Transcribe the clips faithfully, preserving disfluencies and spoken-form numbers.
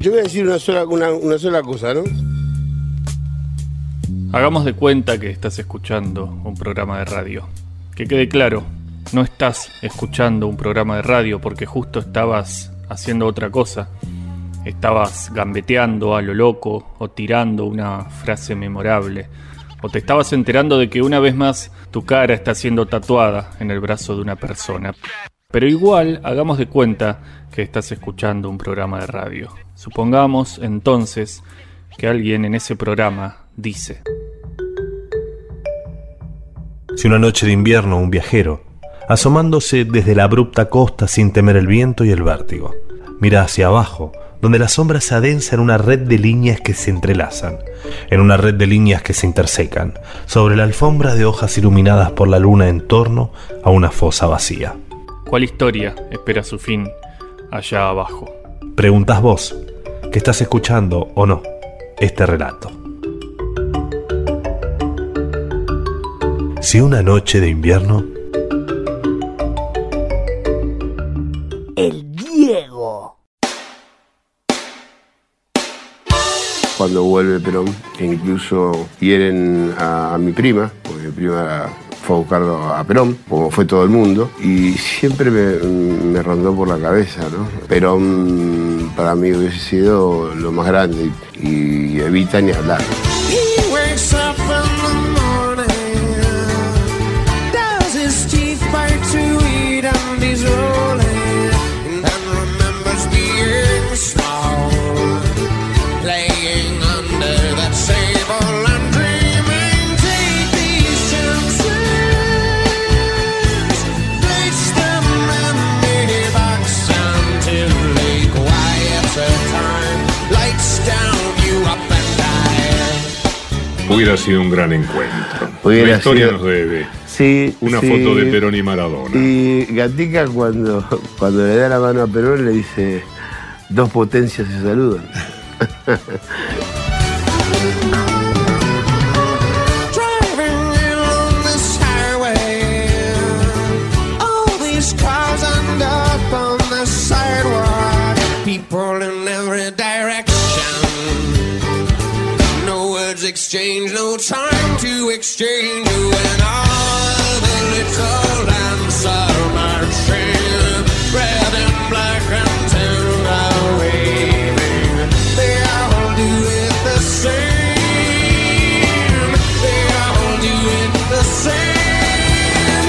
Yo voy a decir una sola, una, una sola cosa, ¿no? Hagamos de cuenta que estás escuchando un programa de radio. Que quede claro, no estás escuchando un programa de radio porque justo estabas haciendo otra cosa. Estabas gambeteando a lo loco o tirando una frase memorable. O te estabas enterando de que una vez más tu cara está siendo tatuada en el brazo de una persona. Pero igual, hagamos de cuenta que estás escuchando un programa de radio. Supongamos, entonces, que alguien en ese programa dice: Si una noche de invierno un viajero, asomándose desde la abrupta costa sin temer el viento y el vértigo, mira hacia abajo, donde la sombra se adensa en una red de líneas que se entrelazan, en una red de líneas que se intersecan, sobre la alfombra de hojas iluminadas por la luna en torno a una fosa vacía. ¿Cuál historia espera su fin allá abajo? Preguntás vos, que estás escuchando o no este relato. Si una noche de invierno... El Diego. Cuando vuelve Perón, que incluso hieren a, a mi prima, porque mi prima fue a buscarlo a Perón, como fue todo el mundo, y siempre me, me rondó por la cabeza, ¿no? Perón para mí hubiese sido lo más grande, y, y Evita ni hablar. Hubiera sido un gran encuentro. Hubiera La historia sido... nos debe. Sí, Una sí. foto de Perón y Maradona. Y Gatica cuando, cuando le da la mano a Perón le dice: dos potencias se saludan. Exchange, no time to exchange when all the little lamps are marching, red and black and ten are waving. They all do it the same. They all do it the same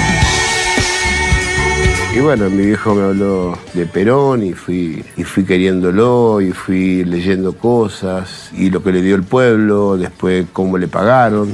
way. Y bueno, mi viejo me habló de Perón y fui, y fui queriéndolo y fui leyendo cosas y lo que le dio el pueblo, después cómo le pagaron.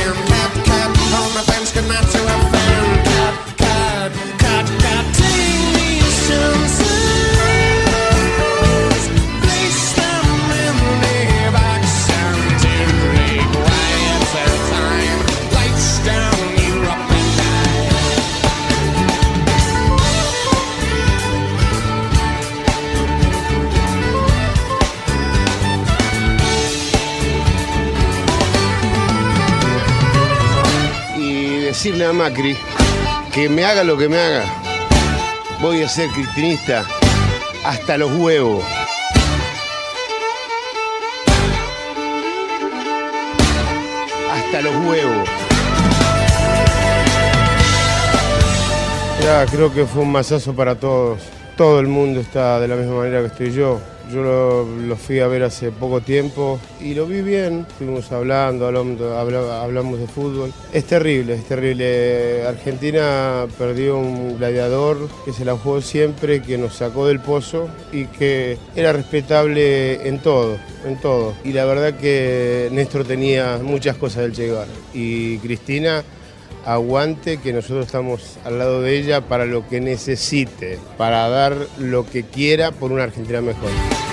Decirle a Macri que me haga lo que me haga, voy a ser cristinista hasta los huevos. Hasta los huevos. Ya, creo que fue un masazo para todos. Todo el mundo está de la misma manera que estoy yo. Yo lo, lo fui a ver hace poco tiempo y lo vi bien. Estuvimos hablando, hablamos, hablamos de fútbol. Es terrible, es terrible. Argentina perdió un gladiador que se la jugó siempre, que nos sacó del pozo y que era respetable en todo, en todo. Y la verdad que Néstor tenía muchas cosas del Che Guevara. Y Cristina, aguante, que nosotros estamos al lado de ella para lo que necesite, para dar lo que quiera por una Argentina mejor.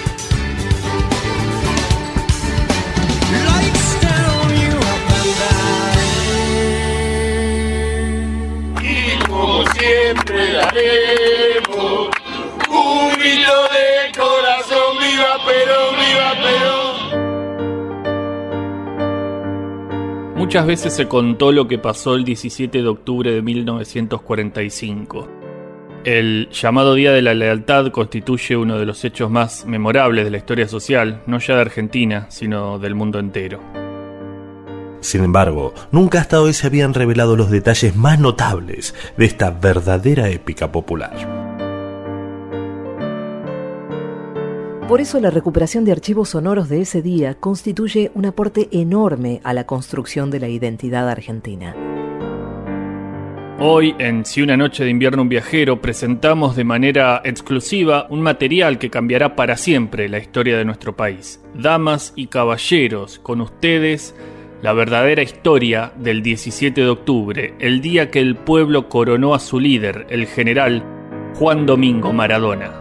Y como siempre daremos un grito de corazón, viva Perón, viva Perón. Muchas veces se contó lo que pasó el diecisiete de octubre de mil novecientos cuarenta y cinco. El llamado Día de la Lealtad constituye uno de los hechos más memorables de la historia social, no ya de Argentina, sino del mundo entero. Sin embargo, nunca hasta hoy se habían revelado los detalles más notables de esta verdadera épica popular. Por eso la recuperación de archivos sonoros de ese día constituye un aporte enorme a la construcción de la identidad argentina. Hoy, en Si una noche de invierno un viajero, presentamos de manera exclusiva un material que cambiará para siempre la historia de nuestro país. Damas y caballeros, con ustedes, la verdadera historia del diecisiete de octubre, el día que el pueblo coronó a su líder, el general Juan Domingo Maradona.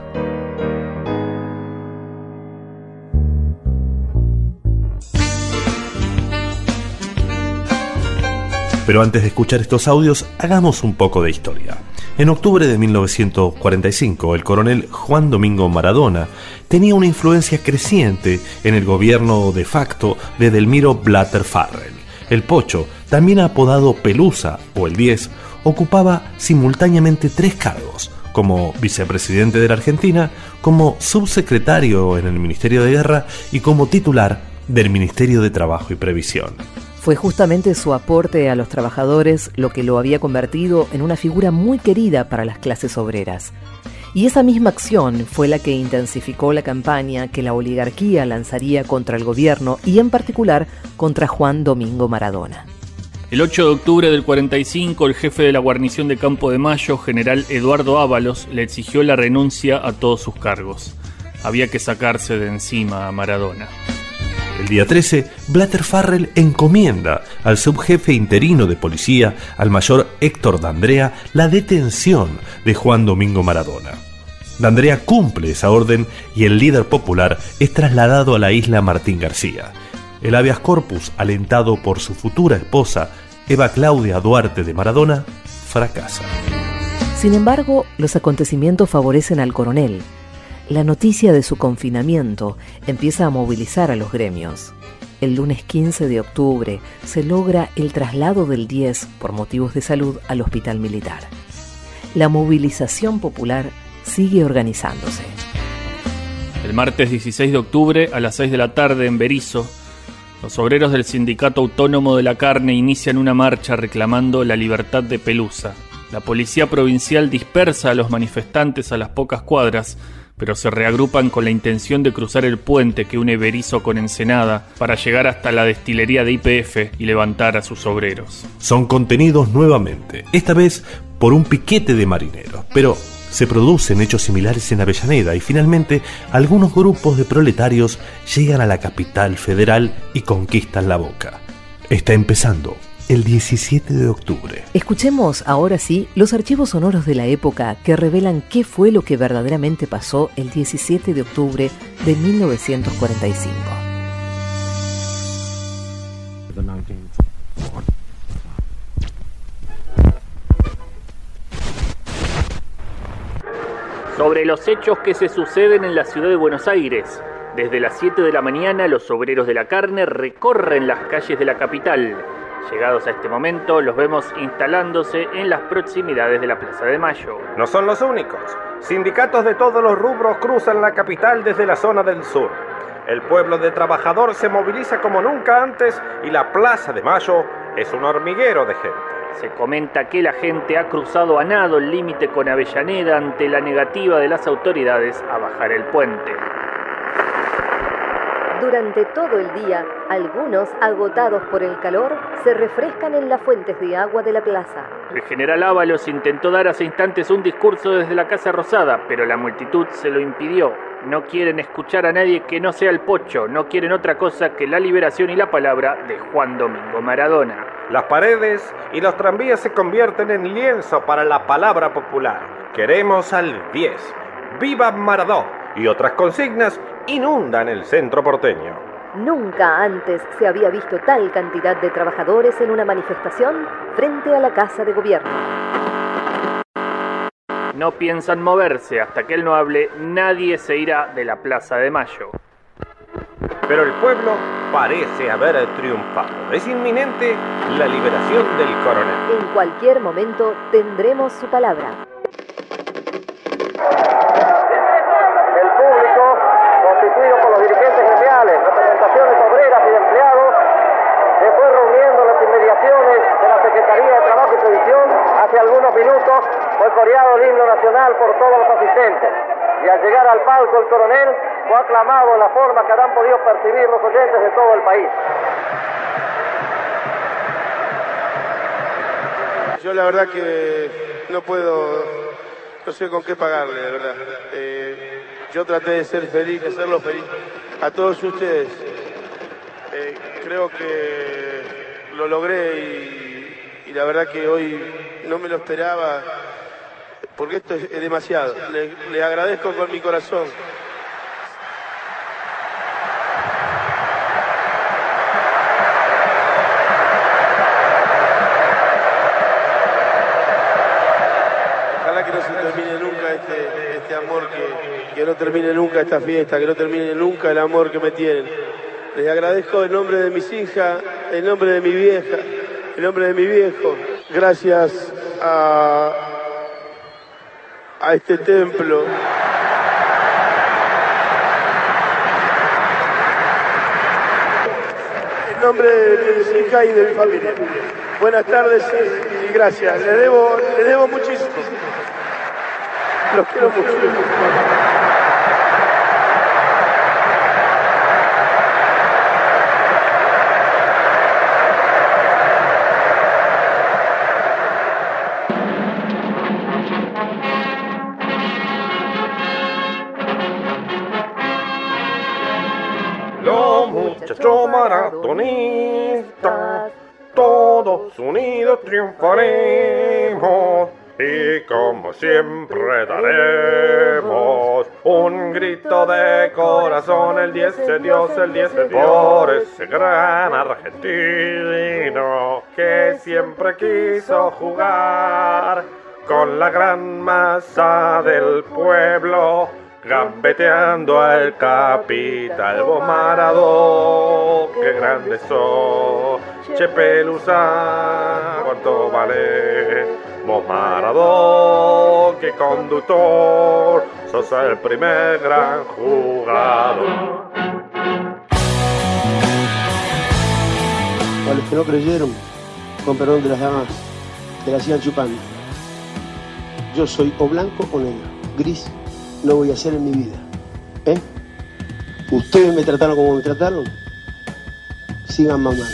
Pero antes de escuchar estos audios, hagamos un poco de historia. En octubre de mil novecientos cuarenta y cinco, el coronel Juan Domingo Maradona tenía una influencia creciente en el gobierno de facto de Delmiro Blatter Farrell. El Pocho, también apodado Pelusa o el diez, ocupaba simultáneamente tres cargos: como vicepresidente de la Argentina, como subsecretario en el Ministerio de Guerra y como titular del Ministerio de Trabajo y Previsión. Fue justamente su aporte a los trabajadores lo que lo había convertido en una figura muy querida para las clases obreras. Y esa misma acción fue la que intensificó la campaña que la oligarquía lanzaría contra el gobierno y en particular contra Juan Domingo Maradona. El ocho de octubre del cuarenta y cinco, el jefe de la guarnición de Campo de Mayo, general Eduardo Ábalos, le exigió la renuncia a todos sus cargos. Había que sacarse de encima a Maradona. El día trece, Blatter Farrell encomienda al subjefe interino de policía, al mayor Héctor D'Andrea, la detención de Juan Domingo Maradona. D'Andrea cumple esa orden y el líder popular es trasladado a la isla Martín García. El habeas corpus, alentado por su futura esposa, Eva Claudia Duarte de Maradona, fracasa. Sin embargo, los acontecimientos favorecen al coronel. La noticia de su confinamiento empieza a movilizar a los gremios. El lunes quince de octubre se logra el traslado del diez por motivos de salud al hospital militar. La movilización popular sigue organizándose. El martes dieciséis de octubre a las seis de la tarde en Berisso, los obreros del Sindicato Autónomo de la Carne inician una marcha reclamando la libertad de Pelusa. La policía provincial dispersa a los manifestantes a las pocas cuadras, pero se reagrupan con la intención de cruzar el puente que une Berisso con Ensenada para llegar hasta la destilería de Y P F y levantar a sus obreros. Son contenidos nuevamente, esta vez por un piquete de marineros, pero se producen hechos similares en Avellaneda y finalmente algunos grupos de proletarios llegan a la capital federal y conquistan la Boca. Está empezando el diecisiete de octubre. Escuchemos ahora sí los archivos sonoros de la época que revelan qué fue lo que verdaderamente pasó el diecisiete de octubre de mil novecientos cuarenta y cinco. Sobre los hechos que se suceden en la ciudad de Buenos Aires. Desde las siete de la mañana, los obreros de la carne recorren las calles de la capital. Llegados a este momento, los vemos instalándose en las proximidades de la Plaza de Mayo. No son los únicos. Sindicatos de todos los rubros cruzan la capital desde la zona del sur. El pueblo de trabajador se moviliza como nunca antes y la Plaza de Mayo es un hormiguero de gente. Se comenta que la gente ha cruzado a nado el límite con Avellaneda ante la negativa de las autoridades a bajar el puente. Durante todo el día, algunos, agotados por el calor, se refrescan en las fuentes de agua de la plaza. El general Ábalos intentó dar hace instantes un discurso desde la Casa Rosada, pero la multitud se lo impidió. No quieren escuchar a nadie que no sea el Pocho, no quieren otra cosa que la liberación y la palabra de Juan Domingo Maradona. Las paredes y los tranvías se convierten en lienzo para la palabra popular. Queremos al diez. ¡Viva Maradona! Y otras consignas inundan el centro porteño. Nunca antes se había visto tal cantidad de trabajadores en una manifestación frente a la Casa de Gobierno. No piensan moverse, hasta que él no hable, nadie se irá de la Plaza de Mayo. Pero el pueblo parece haber triunfado. Es inminente la liberación del coronel. En cualquier momento tendremos su palabra. minutos fue coreado el himno nacional por todos los asistentes. Y al llegar al palco el coronel fue aclamado en la forma que habrán podido percibir los oyentes de todo el país. Yo la verdad que no puedo, no sé con qué pagarle, de verdad. Eh, yo traté de ser feliz, de hacerlo feliz a todos ustedes. Eh, creo que lo logré y, y la verdad que hoy no me lo esperaba, porque esto es, es demasiado. Le, le agradezco con mi corazón. Ojalá que no se termine nunca este, este amor, que, que no termine nunca esta fiesta, que no termine nunca el amor que me tienen. Les agradezco en nombre de mis hijas, en nombre de mi vieja, en nombre de mi viejo. Gracias a, a este templo. En nombre de mis hijas y de mi familia. Buenas tardes y, y gracias. Les debo, les debo muchísimo. Los quiero mucho. Los muchachos maratonistas, todos unidos triunfaremos. Y como siempre daremos un grito de corazón, el diez de Dios, el diez de Dios, por ese gran argentino que siempre quiso jugar con la gran masa del pueblo, gambeteando al capital. Vos Maradó, qué grande sos, che Pelusa, cuánto vale. Vos Maradó, qué conductor, sos el primer gran jugador. Para los que no creyeron, con perdón de las damas, que la sigan chupando. Yo soy o blanco o negro, gris no voy a hacer en mi vida. ¿Eh? Ustedes me trataron como me trataron, sigan mamando.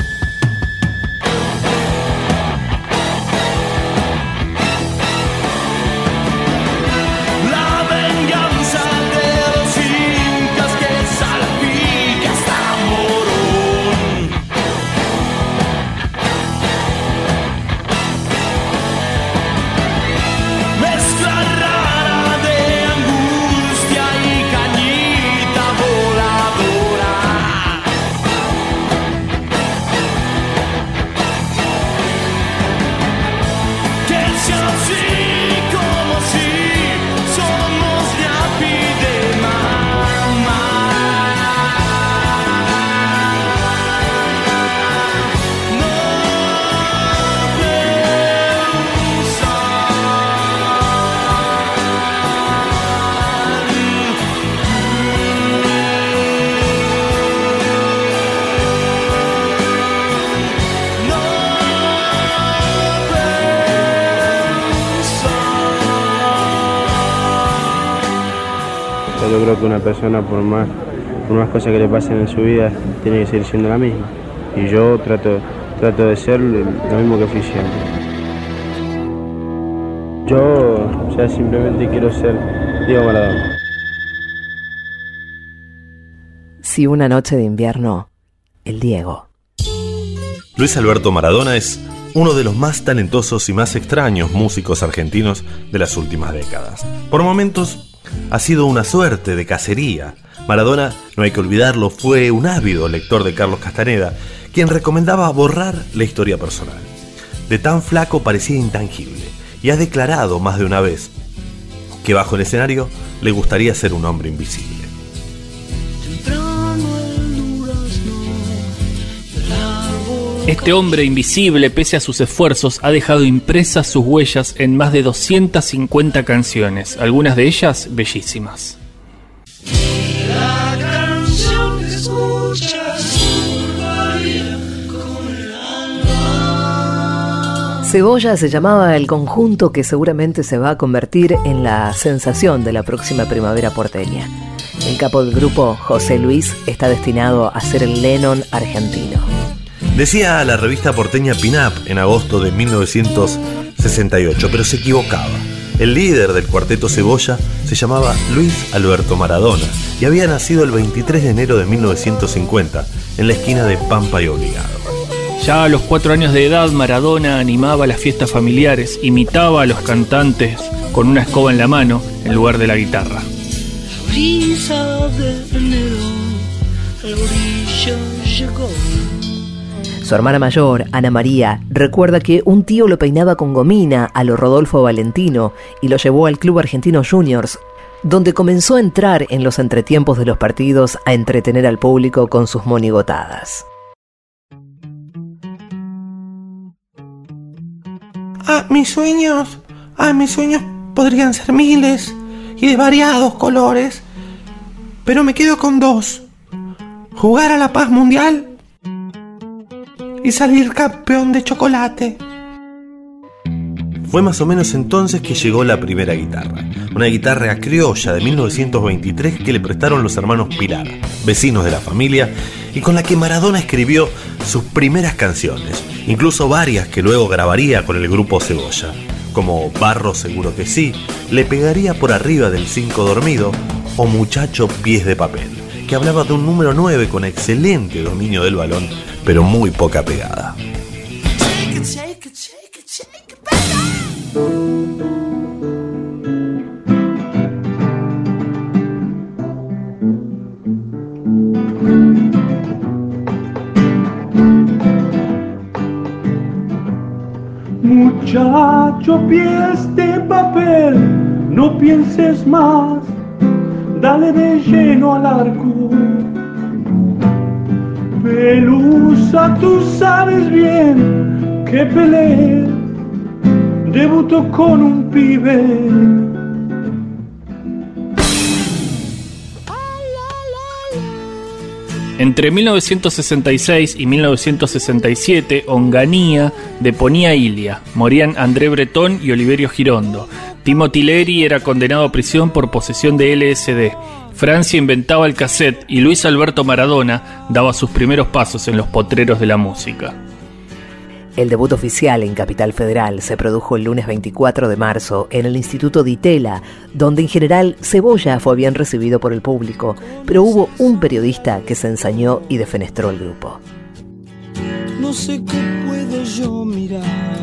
Yo creo que una persona, por más, por más cosas que le pasen en su vida, tiene que seguir siendo la misma. Y yo trato, trato de ser lo mismo que fui siempre. Yo, o sea, simplemente quiero ser Diego Maradona. Si una noche de invierno, el Diego. Luis Alberto Maradona es uno de los más talentosos y más extraños músicos argentinos de las últimas décadas. Por momentos ha sido una suerte de cacería. Maradona, no hay que olvidarlo, fue un ávido lector de Carlos Castaneda, quien recomendaba borrar la historia personal. De tan flaco parecía intangible, y ha declarado más de una vez que bajo el escenario le gustaría ser un hombre invisible. Este hombre invisible, pese a sus esfuerzos, ha dejado impresas sus huellas en más de doscientas cincuenta canciones, algunas de ellas bellísimas. La canción que escuchas varía con el alma. Cebolla se llamaba el conjunto que seguramente se va a convertir en la sensación de la próxima primavera porteña. El capo del grupo, José Luis, está destinado a ser el Lennon argentino. Decía la revista porteña Pin-Up en agosto de mil novecientos sesenta y ocho, pero se equivocaba. El líder del cuarteto Cebolla se llamaba Luis Alberto Maradona y había nacido el veintitrés de enero de mil novecientos cincuenta en la esquina de Pampa y Obligado. Ya a los cuatro años de edad, Maradona animaba las fiestas familiares, imitaba a los cantantes con una escoba en la mano en lugar de la guitarra. Brisa de enero, la orilla llegó. Su hermana mayor, Ana María, recuerda que un tío lo peinaba con gomina a lo Rodolfo Valentino y lo llevó al Club Argentino Juniors, donde comenzó a entrar en los entretiempos de los partidos a entretener al público con sus monigotadas. Ah, mis sueños, ah, mis sueños podrían ser miles y de variados colores, pero me quedo con dos: jugar a la paz mundial y salir campeón de chocolate. Fue más o menos entonces que llegó la primera guitarra, una guitarra criolla de mil novecientos veintitrés que le prestaron los hermanos Pilar, vecinos de la familia, y con la que Maradona escribió sus primeras canciones, incluso varias que luego grabaría con el grupo Cebolla, como Barro seguro que sí, Le pegaría por arriba del cinco dormido o Muchacho pies de papel, que hablaba de un número nueve con excelente dominio del balón, pero muy poca pegada. Muchacho pies de papel, no pienses más, dale de lleno al arco. Pelusa, tú sabes bien que Pelé debutó con un pibe. Entre mil novecientos sesenta y seis y mil novecientos sesenta y siete, Onganía deponía a Ilia, morían André Breton y Oliverio Girondo. Timothy Leary era condenado a prisión por posesión de L S D. Francia inventaba el cassette y Luis Alberto Maradona daba sus primeros pasos en los potreros de la música. El debut oficial en Capital Federal se produjo el lunes veinticuatro de marzo en el Instituto Di Tella, donde en general Cebolla fue bien recibido por el público, pero hubo un periodista que se ensañó y defenestró el grupo. No sé qué puedo yo mirar.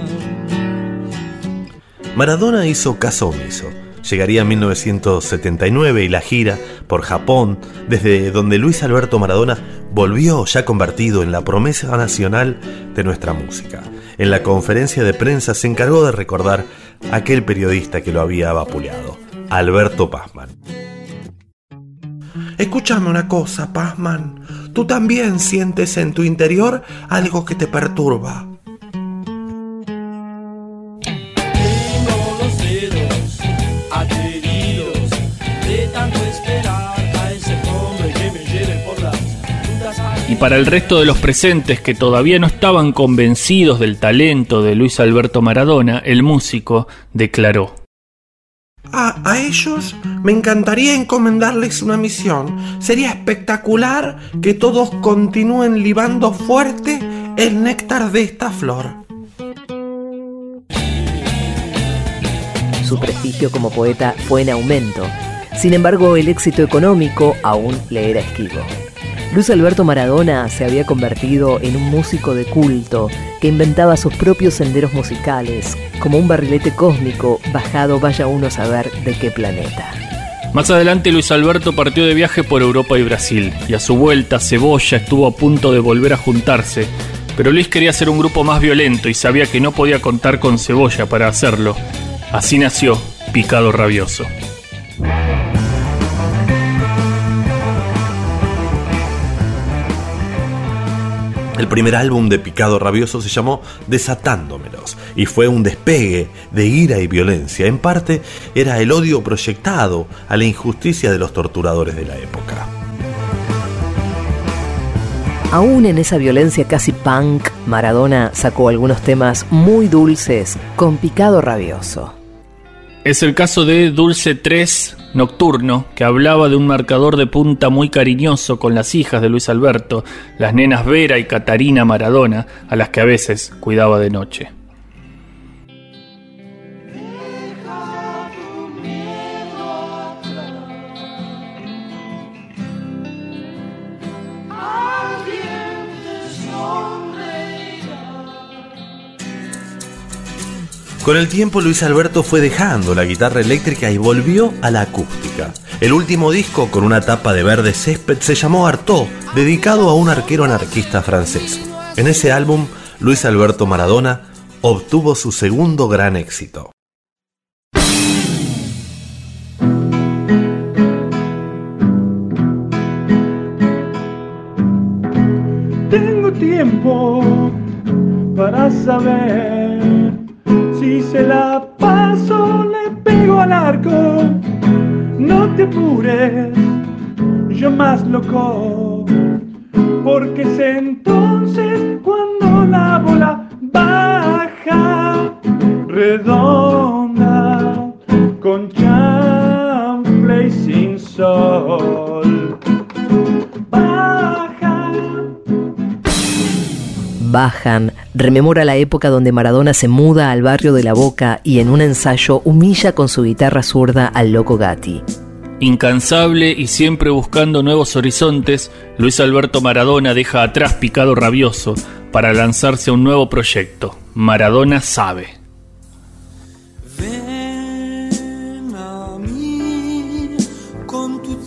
Maradona hizo caso omiso. Llegaría en mil novecientos setenta y nueve y la gira por Japón, desde donde Luis Alberto Maradona volvió ya convertido en la promesa nacional de nuestra música. En la conferencia de prensa se encargó de recordar a aquel periodista que lo había vapuleado, Alberto Pazman. Escúchame una cosa, Pazman. Tú también sientes en tu interior algo que te perturba. Y para el resto de los presentes que todavía no estaban convencidos del talento de Luis Alberto Maradona, el músico declaró: A, a ellos me encantaría encomendarles una misión. Sería espectacular que todos continúen libando fuerte el néctar de esta flor. Su prestigio como poeta fue en aumento. Sin embargo, el éxito económico aún le era esquivo. Luis Alberto Maradona se había convertido en un músico de culto que inventaba sus propios senderos musicales, como un barrilete cósmico bajado vaya uno a saber de qué planeta. Más adelante Luis Alberto partió de viaje por Europa y Brasil, y a su vuelta Cebolla estuvo a punto de volver a juntarse, pero Luis quería hacer un grupo más violento y sabía que no podía contar con Cebolla para hacerlo. Así nació Picado Rabioso. El primer álbum de Picado Rabioso se llamó Desatándomelos y fue un despegue de ira y violencia. En parte era el odio proyectado a la injusticia de los torturadores de la época. Aún en esa violencia casi punk, Maradona sacó algunos temas muy dulces con picado rabioso. Es el caso de Dulce tres Nocturno, que hablaba de un marcador de punta muy cariñoso con las hijas de Luis Alberto, las nenas Vera y Catarina Maradona, a las que a veces cuidaba de noche. Con el tiempo Luis Alberto fue dejando la guitarra eléctrica y volvió a la acústica. El último disco, con una tapa de verde césped, se llamó Artaud, dedicado a un arquero anarquista francés. En ese álbum, Luis Alberto Maradona obtuvo su segundo gran éxito. Tengo tiempo para saber si se la paso, le pego al arco. No te apures, yo más loco, porque es entonces cuando la bola baja redonda, con chanfle y sin sol. Bajan rememora la época donde Maradona se muda al barrio de La Boca y en un ensayo humilla con su guitarra zurda al Loco Gatti. Incansable y siempre buscando nuevos horizontes, Luis Alberto Maradona deja atrás Picado Rabioso para lanzarse a un nuevo proyecto, Maradona Sabe. Ven a mí con tu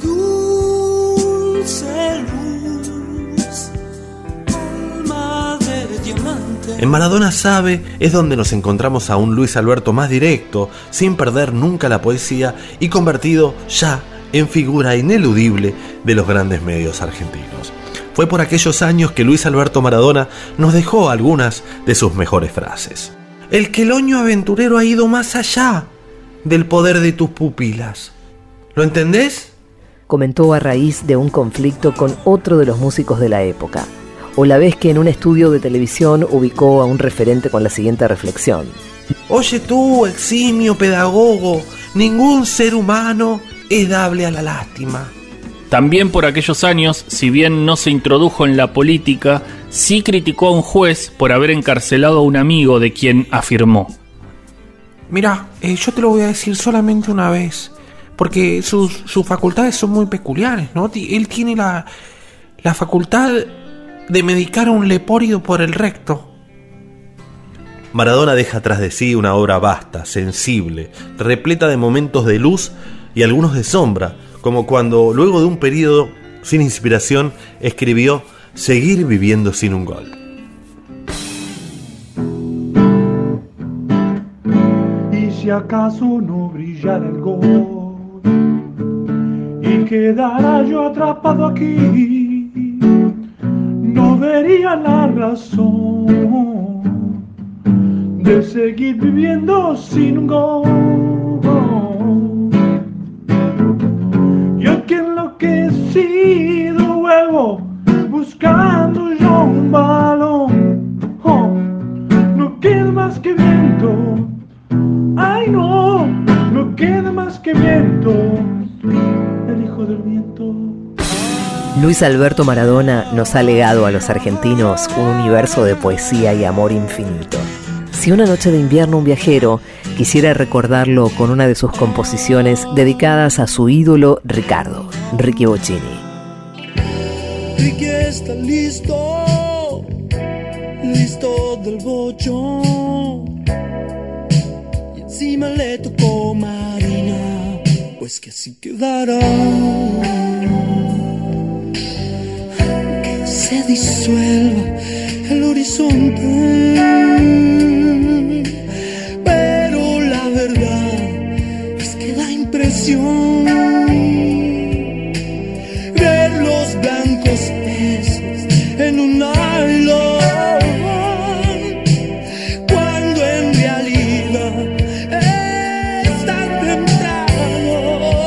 dulce luz, alma de diamante. En Maradona Sabe es donde nos encontramos a un Luis Alberto más directo, sin perder nunca la poesía y convertido ya en figura ineludible de los grandes medios argentinos. Fue por aquellos años que Luis Alberto Maradona nos dejó algunas de sus mejores frases. El queloño aventurero ha ido más allá del poder de tus pupilas. ¿Lo entendés? Comentó a raíz de un conflicto con otro de los músicos de la época. O la vez que en un estudio de televisión ubicó a un referente con la siguiente reflexión. Oye tú, eximio pedagogo, ningún ser humano es dable a la lástima. También por aquellos años, si bien no se introdujo en la política, sí criticó a un juez por haber encarcelado a un amigo de quien afirmó: Mira, eh, yo te lo voy a decir solamente una vez, porque sus, sus facultades son muy peculiares, ¿no? Él tiene la, la facultad de medicar a un lepórido por el recto. Maradona deja atrás de sí una obra vasta, sensible, repleta de momentos de luz y algunos de sombra, como cuando, luego de un periodo sin inspiración, escribió Seguir viviendo sin un gol. Y si acaso no brillara el gol y quedara yo atrapado aquí, no vería la razón de seguir viviendo sin un gol. Yo que enloquecido vuelvo buscando yo un balón. Oh, no queda más que viento. Ay no, no queda más que viento. El hijo del viento. Luis Alberto Maradona nos ha legado a los argentinos un universo de poesía y amor infinito. Si una noche de invierno un viajero quisiera recordarlo con una de sus composiciones dedicadas a su ídolo Ricardo, Ricky Bocchini. Ricky está listo, listo del bochón, y encima le tocó Marina, pues que así quedará. Que se disuelva el horizonte, pero la verdad es que da impresión ver los blancos peces en un nylon, cuando en realidad es tan temprano.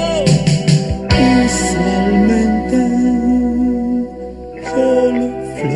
Usualmente solo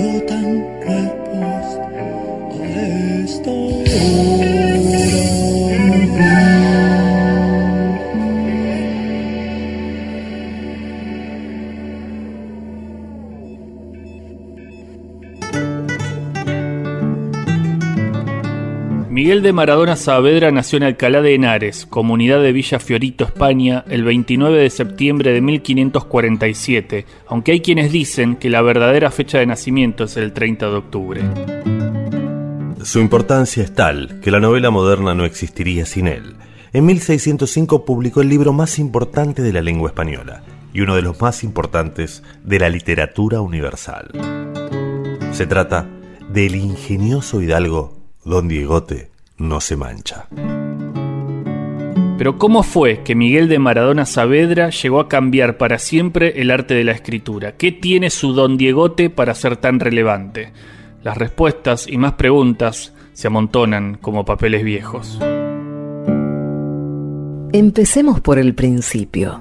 Miguel de Maradona Saavedra nació en Alcalá de Henares, comunidad de Villa Fiorito, España, el veintinueve de septiembre de mil quinientos cuarenta y siete, aunque hay quienes dicen que la verdadera fecha de nacimiento es el treinta de octubre. Su importancia es tal que la novela moderna no existiría sin él. En mil seiscientos cinco publicó el libro más importante de la lengua española y uno de los más importantes de la literatura universal. Se trata del ingenioso hidalgo Don Diegote no se mancha. Pero ¿cómo fue que Miguel de Maradona Saavedra llegó a cambiar para siempre el arte de la escritura? ¿Qué tiene su Don Diegote para ser tan relevante? Las respuestas y más preguntas se amontonan como papeles viejos. Empecemos por el principio.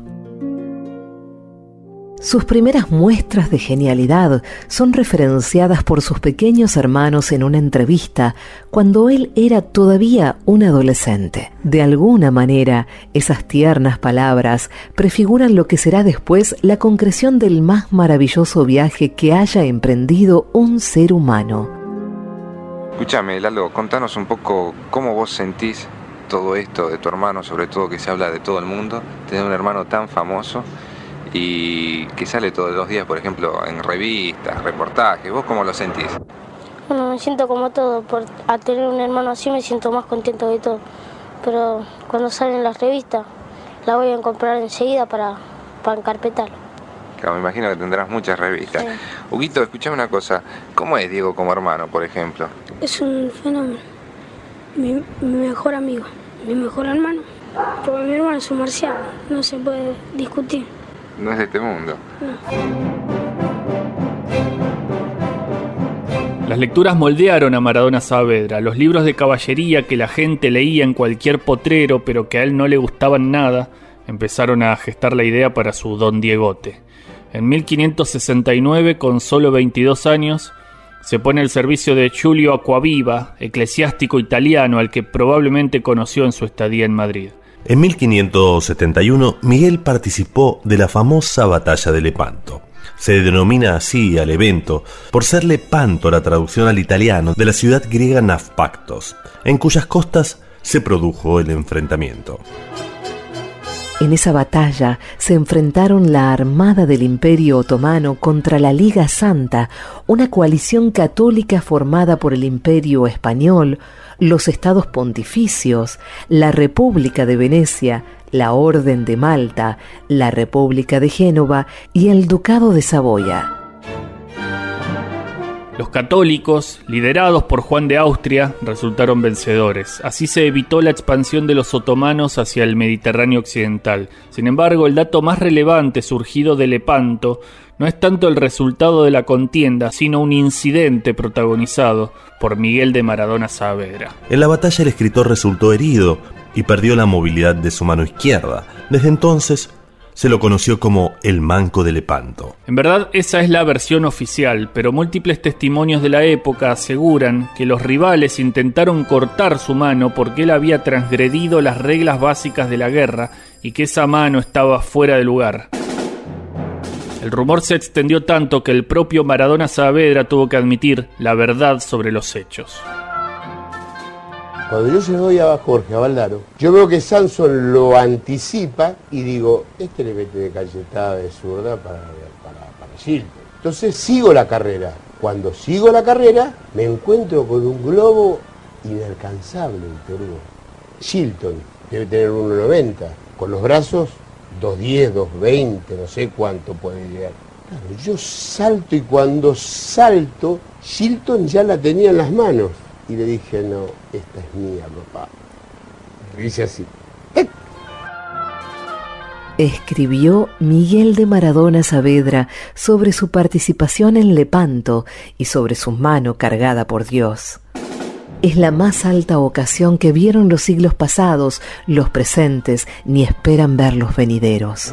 Sus primeras muestras de genialidad son referenciadas por sus pequeños hermanos en una entrevista cuando él era todavía un adolescente. De alguna manera, esas tiernas palabras prefiguran lo que será después la concreción del más maravilloso viaje que haya emprendido un ser humano. Escúchame, Lalo, contanos un poco cómo vos sentís todo esto de tu hermano, sobre todo que se habla de todo el mundo, tener un hermano tan famoso y que sale todos los días, por ejemplo, en revistas, reportajes. ¿Vos cómo lo sentís? Bueno, me siento como todo. Por, al tener un hermano así me siento más contento de todo. Pero cuando salen las revistas, la voy a comprar enseguida para, para encarpetarlo. Claro, me imagino que tendrás muchas revistas. Sí. Huguito, escuchame una cosa. ¿Cómo es Diego como hermano, por ejemplo? Es un fenómeno. Mi, mi mejor amigo, mi mejor hermano. Porque mi hermano es un marciano, no se puede discutir. No es de este mundo. Las lecturas moldearon a Maradona Saavedra. Los libros de caballería que la gente leía en cualquier potrero, pero que a él no le gustaban nada, empezaron a gestar la idea para su Don Diegote. En mil quinientos sesenta y nueve, con solo veintidós años, se pone al servicio de Giulio Acquaviva, eclesiástico italiano al que probablemente conoció en su estadía en Madrid. En mil quinientos setenta y uno, Miguel participó de la famosa batalla de Lepanto. Se denomina así al evento por ser Lepanto la traducción al italiano de la ciudad griega Nafpactos, en cuyas costas se produjo el enfrentamiento. En esa batalla se enfrentaron la armada del Imperio Otomano contra la Liga Santa, una coalición católica formada por el Imperio Español, los Estados Pontificios, la República de Venecia, la Orden de Malta, la República de Génova y el Ducado de Saboya. Los católicos, liderados por Juan de Austria, resultaron vencedores. Así se evitó la expansión de los otomanos hacia el Mediterráneo occidental. Sin embargo, el dato más relevante surgido de Lepanto no es tanto el resultado de la contienda, sino un incidente protagonizado por Miguel de Maradona Saavedra. En la batalla el escritor resultó herido y perdió la movilidad de su mano izquierda. Desde entonces se lo conoció como el Manco de Lepanto. En verdad, esa es la versión oficial, pero múltiples testimonios de la época aseguran que los rivales intentaron cortar su mano porque él había transgredido las reglas básicas de la guerra y que esa mano estaba fuera de lugar. El rumor se extendió tanto que el propio Maradona Saavedra tuvo que admitir la verdad sobre los hechos. Cuando yo se lo doy a Jorge, a Valdaro, yo veo que Samson lo anticipa y digo, este le mete de cachetada de zurda para, para, para Shilton. Entonces sigo la carrera. Cuando sigo la carrera, me encuentro con un globo inalcanzable en Perú. Shilton debe tener uno noventa, con los brazos dos diez, dos veinte, no sé cuánto puede llegar. Claro, yo salto y cuando salto, Shilton ya la tenía en las manos. Y le dije, no, esta es mía, papá. Y hice así. ¡Eh! Escribió Miguel de Maradona Saavedra sobre su participación en Lepanto y sobre su mano cargada por Dios. Es la más alta ocasión que vieron los siglos pasados, los presentes, ni esperan ver los venideros.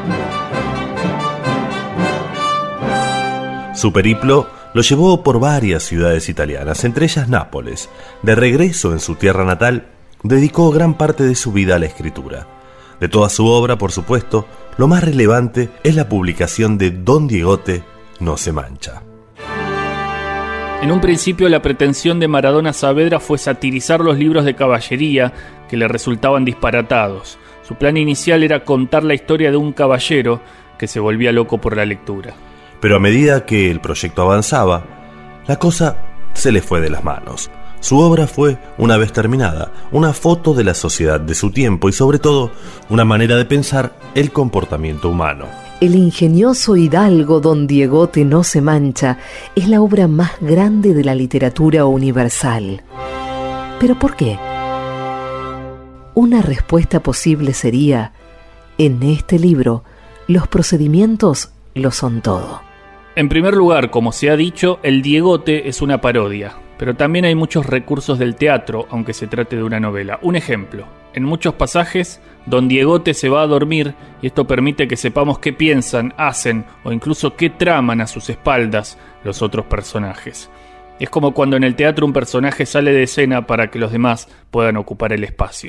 Su periplo lo llevó por varias ciudades italianas, entre ellas Nápoles. De regreso en su tierra natal, dedicó gran parte de su vida a la escritura. De toda su obra, por supuesto, lo más relevante es la publicación de Don Diegote no se mancha. En un principio la pretensión de Maradona Saavedra fue satirizar los libros de caballería que le resultaban disparatados. Su plan inicial era contar la historia de un caballero que se volvía loco por la lectura. Pero a medida que el proyecto avanzaba, la cosa se le fue de las manos. Su obra fue, una vez terminada, una foto de la sociedad de su tiempo y sobre todo una manera de pensar el comportamiento humano. El ingenioso hidalgo Don Diegote no se mancha es la obra más grande de la literatura universal. ¿Pero por qué? Una respuesta posible sería: en este libro, los procedimientos lo son todo. En primer lugar, como se ha dicho, el Diegote es una parodia, pero también hay muchos recursos del teatro, aunque se trate de una novela. Un ejemplo: en muchos pasajes, Don Diegote se va a dormir y esto permite que sepamos qué piensan, hacen o incluso qué traman a sus espaldas los otros personajes. Es como cuando en el teatro un personaje sale de escena para que los demás puedan ocupar el espacio.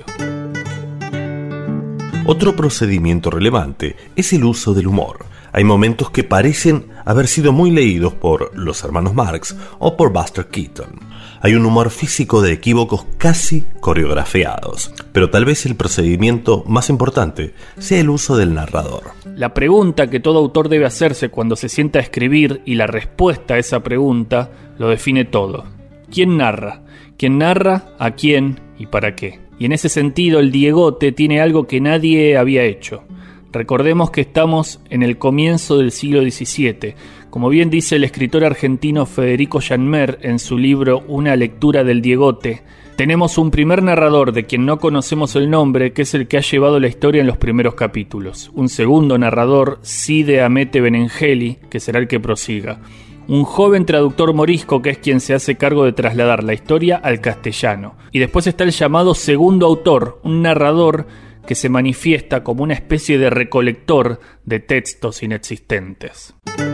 Otro procedimiento relevante es el uso del humor. Hay momentos que parecen haber sido muy leídos por los hermanos Marx o por Buster Keaton. Hay un humor físico de equívocos casi coreografiados, pero tal vez el procedimiento más importante sea el uso del narrador. La pregunta que todo autor debe hacerse cuando se sienta a escribir y la respuesta a esa pregunta lo define todo. ¿Quién narra? ¿Quién narra? ¿A quién? ¿Y para qué? Y en ese sentido el Diegote tiene algo que nadie había hecho. Recordemos que estamos en el comienzo del siglo diecisiete. Como bien dice el escritor argentino Federico Janmer en su libro Una lectura del Diegote, tenemos un primer narrador de quien no conocemos el nombre, que es el que ha llevado la historia en los primeros capítulos. Un segundo narrador, Cide Hamete Benengeli, que será el que prosiga. Un joven traductor morisco que es quien se hace cargo de trasladar la historia al castellano. Y después está el llamado segundo autor, un narrador que se manifiesta como una especie de recolector de textos inexistentes.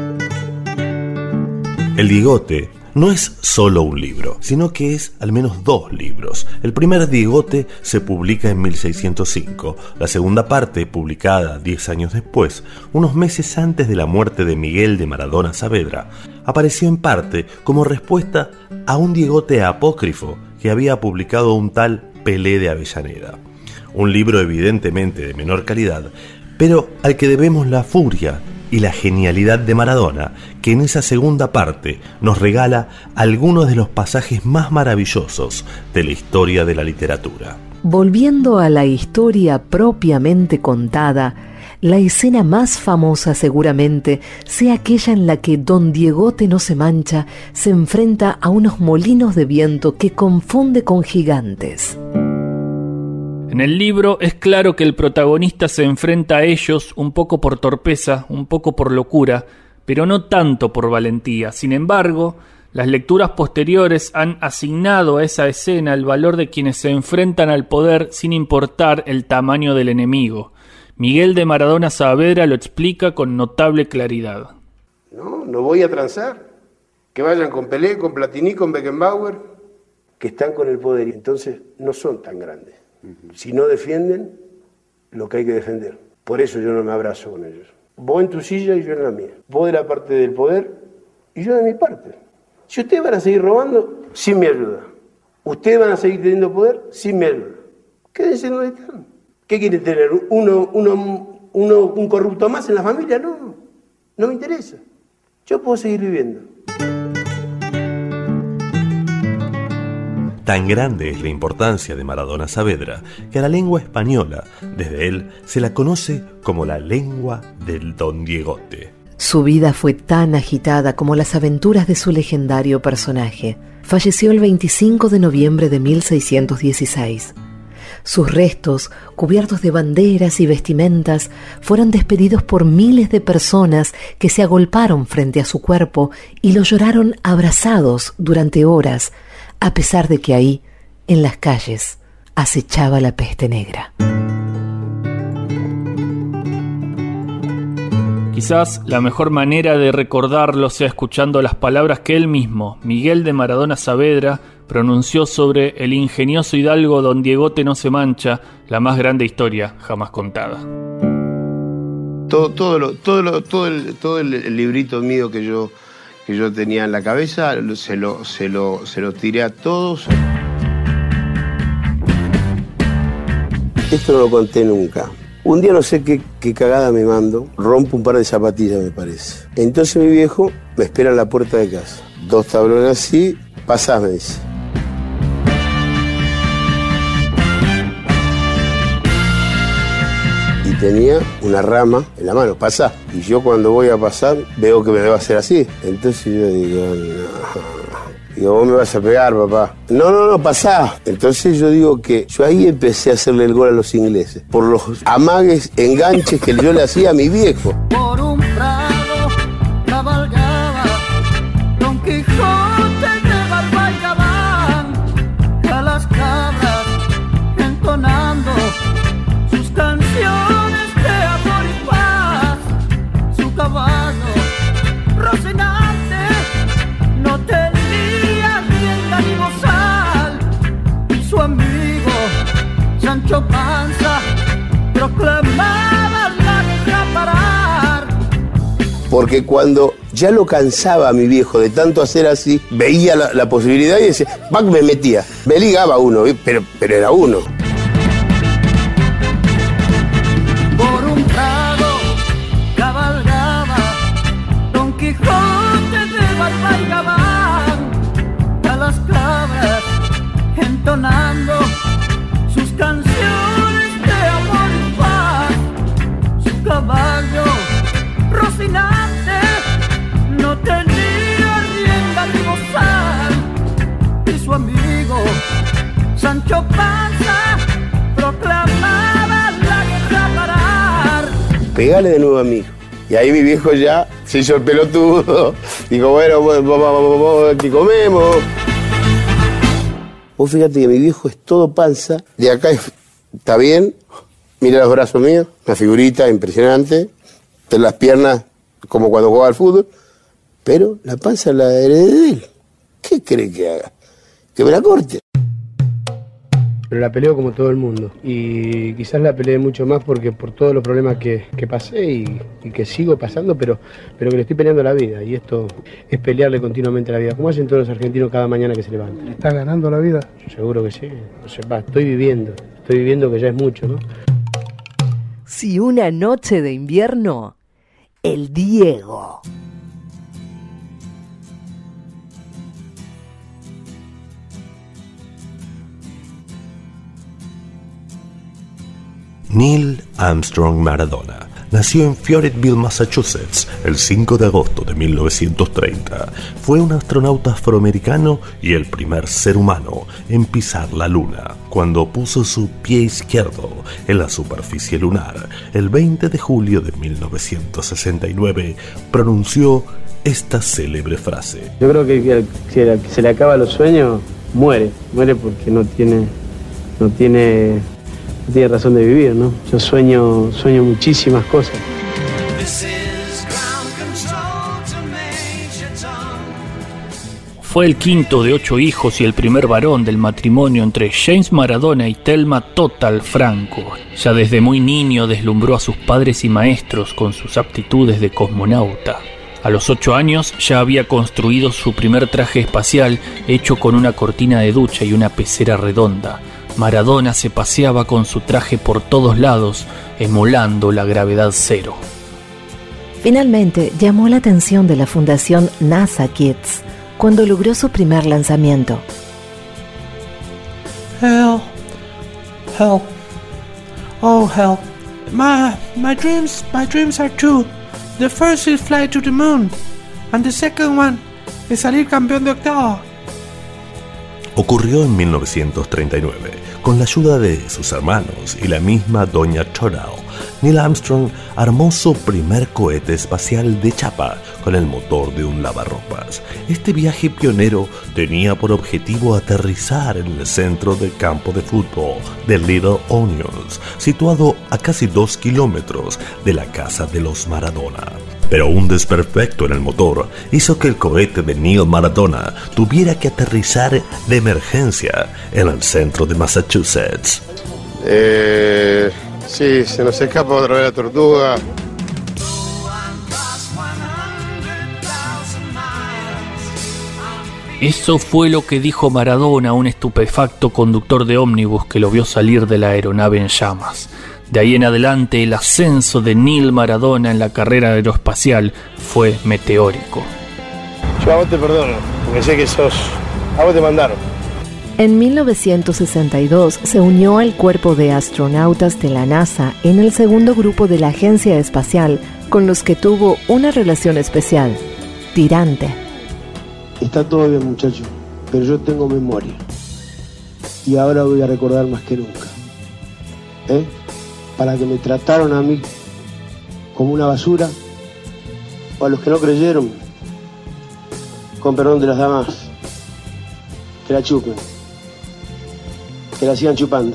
El Diegote no es solo un libro, sino que es al menos dos libros. El primer Diegote se publica en mil seiscientos cinco, la segunda parte, publicada diez años después, unos meses antes de la muerte de Miguel de Maradona Saavedra, apareció en parte como respuesta a un Diegote apócrifo que había publicado un tal Pelé de Avellaneda. Un libro evidentemente de menor calidad, pero al que debemos la furia y la genialidad de Maradona, que en esa segunda parte nos regala algunos de los pasajes más maravillosos de la historia de la literatura. Volviendo a la historia propiamente contada, la escena más famosa seguramente sea aquella en la que Don Diegote no se mancha se enfrenta a unos molinos de viento que confunde con gigantes. En el libro es claro que el protagonista se enfrenta a ellos un poco por torpeza, un poco por locura, pero no tanto por valentía. Sin embargo, las lecturas posteriores han asignado a esa escena el valor de quienes se enfrentan al poder sin importar el tamaño del enemigo. Miguel de Maradona Saavedra lo explica con notable claridad. No, no voy a transar. Que vayan con Pelé, con Platini, con Beckenbauer, que están con el poder y entonces no son tan grandes. Si no defienden lo que hay que defender. Por eso yo no me abrazo con ellos. Vos en tu silla y yo en la mía. Vos de la parte del poder y yo de mi parte. Si ustedes van a seguir robando, sin mi ayuda. Ustedes van a seguir teniendo poder, sin mi ayuda. Quédense donde están. ¿Qué quieren tener? ¿Uno, uno, uno, un corrupto más en la familia? No, no me interesa. Yo puedo seguir viviendo. Tan grande es la importancia de Maradona Saavedra que a la lengua española, desde él, se la conoce como la lengua del Don Diegote. Su vida fue tan agitada como las aventuras de su legendario personaje. Falleció el veinticinco de noviembre de mil seiscientos dieciséis. Sus restos, cubiertos de banderas y vestimentas, fueron despedidos por miles de personas que se agolparon frente a su cuerpo y lo lloraron abrazados durante horas, a pesar de que ahí, en las calles, acechaba la peste negra. Quizás la mejor manera de recordarlo sea escuchando las palabras que él mismo, Miguel de Maradona Saavedra, pronunció sobre el ingenioso hidalgo Don Diegote no se mancha, la más grande historia jamás contada. Todo, todo, lo, todo, lo, todo, el, todo el, el librito mío que yo, que yo tenía en la cabeza, se lo, se lo, se lo tiré a todos. Esto no lo conté nunca. Un día no sé qué, qué cagada me mando, rompo un par de zapatillas, me parece. Entonces mi viejo me espera en la puerta de casa. Dos tablones así, pasás, me dice. Y tenía una rama en la mano, pasá. Y yo cuando voy a pasar, veo que me va a hacer así. Entonces yo digo, no. Digo, vos me vas a pegar, papá. No, no, no, pasá. Entonces yo digo que yo ahí empecé a hacerle el gol a los ingleses. Por los amagues, enganches que yo le hacía a mi viejo. Por un prado cabalgaba Don Quijote de barba y gabán, a las cabras entonando sus canciones de amor y paz. Su caballo Rocinante no tenía rienda ni bozal, y su amigo Sancho Panza proclamaba la guerra parar. Porque cuando ya lo cansaba a mi viejo de tanto hacer así, veía la, la posibilidad y decía, ¡pac! Me metía. Me ligaba uno, pero, pero era uno. Por un prado cabalgaba Don Quijote de barba y gabán, a las cabras entonando sus canciones de amor y paz. Su caballo Rocinante no tenía rienda ni bozal, y su amigo Sancho Panza proclamaba la guerra parar. Pegale de nuevo a mi hijo. Y ahí mi viejo ya se hizo el pelotudo. Dijo, bueno, vamos, aquí comemos. Vos fíjate que mi viejo es todo panza. De acá es, está bien. Mira los brazos míos. Una figurita impresionante. Las piernas como cuando jugaba al fútbol. Pero la panza la heredé de él. ¿Qué cree que haga? Que me la corte. Pero la peleo como todo el mundo. Y quizás la peleé mucho más porque por todos los problemas que, que pasé y, y que sigo pasando, pero, pero que le estoy peleando la vida. Y esto es pelearle continuamente la vida, como hacen todos los argentinos cada mañana que se levantan. ¿Estás ganando la vida? Yo seguro que sí. O sea, va, estoy viviendo. Estoy viviendo, que ya es mucho, ¿no? Si una noche de invierno, el Diego. Neil Armstrong Maradona nació en Fayetteville, Massachusetts, el cinco de agosto de mil novecientos treinta. Fue un astronauta afroamericano y el primer ser humano en pisar la luna, cuando puso su pie izquierdo en la superficie lunar. El veinte de julio de mil novecientos sesenta y nueve pronunció esta célebre frase. Yo creo que si se le acaban los sueños, muere. Muere porque no tiene, no tiene... No tiene razón de vivir, ¿no? Yo sueño, sueño muchísimas cosas. Fue el quinto de ocho hijos y el primer varón del matrimonio entre James Maradona y Thelma Total Franco. Ya desde muy niño deslumbró a sus padres y maestros con sus aptitudes de cosmonauta. A los ocho años ya había construido su primer traje espacial hecho con una cortina de ducha y una pecera redonda. Maradona se paseaba con su traje por todos lados, emulando la gravedad cero. Finalmente, llamó la atención de la fundación NASA Kids cuando logró su primer lanzamiento. Hell, hell, oh hell, my, my dreams, my dreams are two. The first is fly to the moon, and the second one is salir campeón de octavo. Ocurrió en mil novecientos treinta y nueve, con la ayuda de sus hermanos y la misma doña Turtle. Neil Armstrong armó su primer cohete espacial de chapa con el motor de un lavarropas. Este viaje pionero tenía por objetivo aterrizar en el centro del campo de fútbol de Little Onions, situado a casi dos kilómetros de la casa de los Maradona. Pero un desperfecto en el motor hizo que el cohete de Neil Maradona tuviera que aterrizar de emergencia en el centro de Massachusetts. Eh, sí, se nos escapa otra vez la tortuga. Eso fue lo que dijo Maradona a un estupefacto conductor de ómnibus que lo vio salir de la aeronave en llamas. De ahí en adelante, el ascenso de Neil Maradona en la carrera aeroespacial fue meteórico. Yo a vos te perdono, porque sé que sos... A vos te mandaron. En mil novecientos sesenta y dos se unió al cuerpo de astronautas de la NASA en el segundo grupo de la Agencia Espacial, con los que tuvo una relación especial, tirante. Está todo bien, muchacho, pero yo tengo memoria. Y ahora voy a recordar más que nunca. ¿Eh? Para que me trataron a mí como una basura, o a los que no creyeron, con perdón de las damas, que la chupen, que la sigan chupando.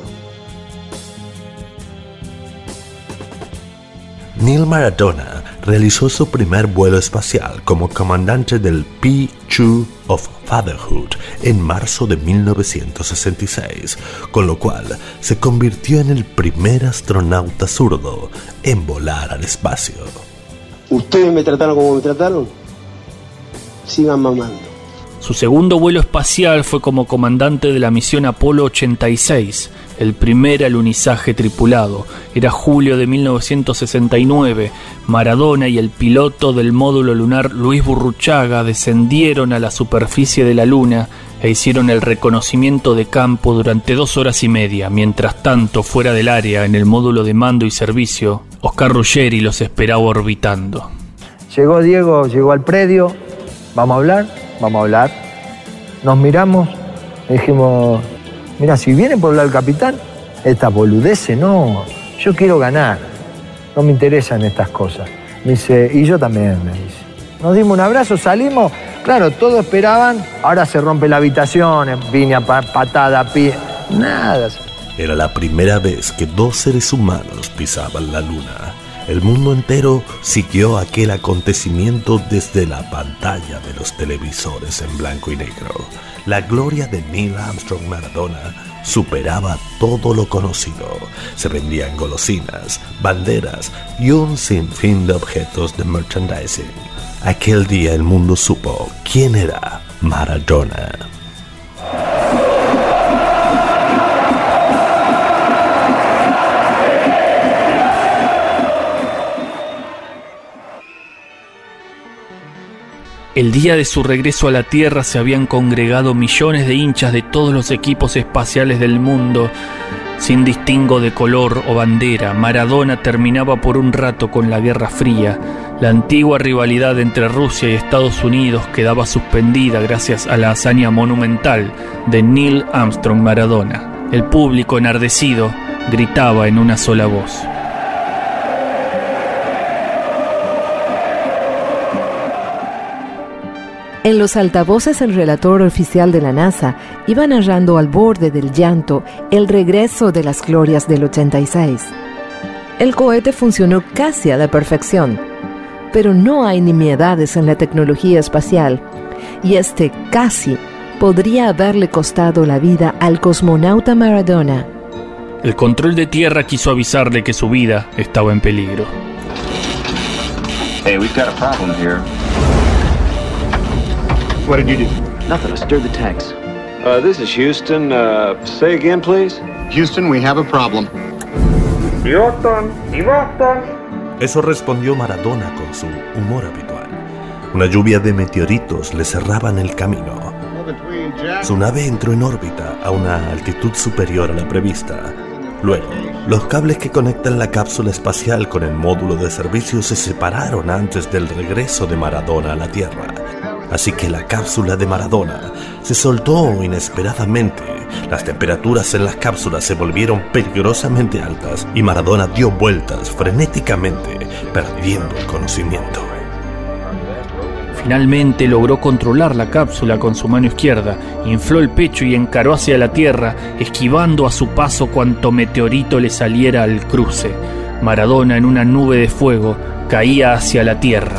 Neil Maradona realizó su primer vuelo espacial como comandante del P dos of Fatherhood en marzo de mil novecientos sesenta y seis, con lo cual se convirtió en el primer astronauta zurdo en volar al espacio. ¿Ustedes me trataron como me trataron? Sigan mamando. Su segundo vuelo espacial fue como comandante de la misión Apolo ochenta y seis, el primer alunizaje tripulado. Era julio de mil novecientos sesenta y nueve. Maradona y el piloto del módulo lunar Luis Burruchaga descendieron a la superficie de la Luna e hicieron el reconocimiento de campo durante dos horas y media. Mientras tanto, fuera del área, en el módulo de mando y servicio, Oscar Ruggeri los esperaba orbitando. Llegó Diego, llegó al predio. ¿Vamos a hablar? Vamos a hablar. Nos miramos, dijimos, mira, si viene por hablar el capitán, esta boludece, no, yo quiero ganar, no me interesan estas cosas. Me dice, y yo también, me dice. Nos dimos un abrazo, salimos, claro, todos esperaban, ahora se rompe la habitación, piña, patada, pie, nada. Era la primera vez que dos seres humanos pisaban la luna. El mundo entero siguió aquel acontecimiento desde la pantalla de los televisores en blanco y negro. La gloria de Neil Armstrong Maradona superaba todo lo conocido. Se vendían golosinas, banderas y un sinfín de objetos de merchandising. Aquel día el mundo supo quién era Maradona. El día de su regreso a la Tierra se habían congregado millones de hinchas de todos los equipos espaciales del mundo, sin distingo de color o bandera. Maradona terminaba por un rato con la Guerra Fría. La antigua rivalidad entre Rusia y Estados Unidos quedaba suspendida gracias a la hazaña monumental de Neil Armstrong Maradona. El público enardecido gritaba en una sola voz. En los altavoces el relator oficial de la NASA iba narrando al borde del llanto el regreso de las glorias del ochenta y seis. El cohete funcionó casi a la perfección, pero no hay nimiedades en la tecnología espacial, y este casi podría haberle costado la vida al cosmonauta Maradona. El control de tierra quiso avisarle que su vida estaba en peligro. Hey, we've got a problem here. What did you do? Nothing. I stirred the tanks. Uh, this is Houston. Uh, say again, please. Houston, we have a problem. Houston, y Boston. Eso respondió Maradona con su humor habitual. Una lluvia de meteoritos le cerraban el camino. Su nave entró en órbita a una altitud superior a la prevista. Luego, los cables que conectan la cápsula espacial con el módulo de servicio se separaron antes del regreso de Maradona a la Tierra. Así que la cápsula de Maradona se soltó inesperadamente. Las temperaturas en las cápsulas se volvieron peligrosamente altas y Maradona dio vueltas frenéticamente, perdiendo el conocimiento. Finalmente logró controlar la cápsula con su mano izquierda, infló el pecho y encaró hacia la Tierra, esquivando a su paso cuanto meteorito le saliera al cruce. Maradona, en una nube de fuego, caía hacia la Tierra.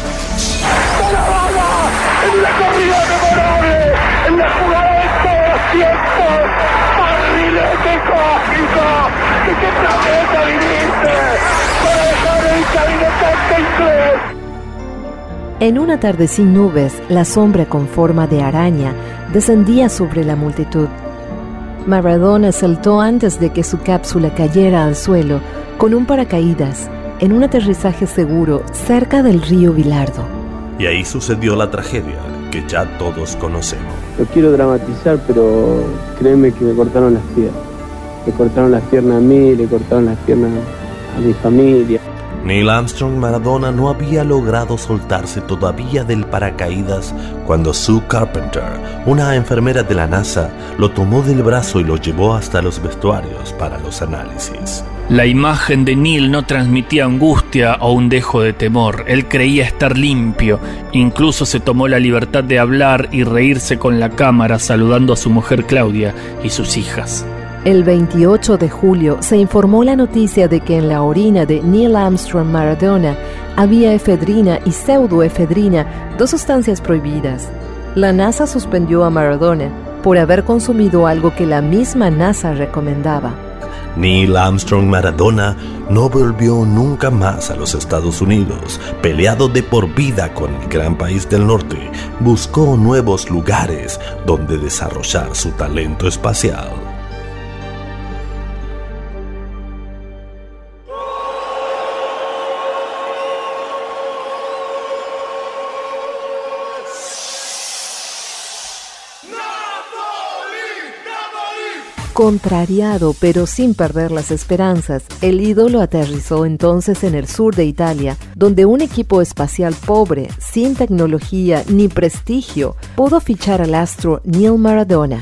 ¡En una corrida memorable! ¡En la jugada de todos los tiempos! ¡Barrilete cósmico! ¿De qué planeta viniste? ¡Para dejar el cabinetante inglés! En una tarde sin nubes, la sombra con forma de araña descendía sobre la multitud. Maradona saltó antes de que su cápsula cayera al suelo con un paracaídas en un aterrizaje seguro cerca del río Bilardo. Y ahí sucedió la tragedia que ya todos conocemos. No quiero dramatizar, pero créeme que me cortaron las piernas. Me cortaron las piernas a mí, le cortaron las piernas a mi familia. Neil Armstrong Maradona no había logrado soltarse todavía del paracaídas cuando Sue Carpenter, una enfermera de la NASA, lo tomó del brazo y lo llevó hasta los vestuarios para los análisis. La imagen de Neil no transmitía angustia o un dejo de temor. Él creía estar limpio. Incluso se tomó la libertad de hablar y reírse con la cámara, saludando a su mujer Claudia y sus hijas. El veintiocho de julio se informó la noticia de que en la orina de Neil Armstrong Maradona había efedrina y pseudoefedrina, dos sustancias prohibidas. La NASA suspendió a Maradona por haber consumido algo que la misma NASA recomendaba. Neil Armstrong Maradona no volvió nunca más a los Estados Unidos. Peleado de por vida con el gran país del norte, buscó nuevos lugares donde desarrollar su talento espacial. Contrariado, pero sin perder las esperanzas, el ídolo aterrizó entonces en el sur de Italia, donde un equipo espacial pobre, sin tecnología ni prestigio, pudo fichar al astro Neil Maradona.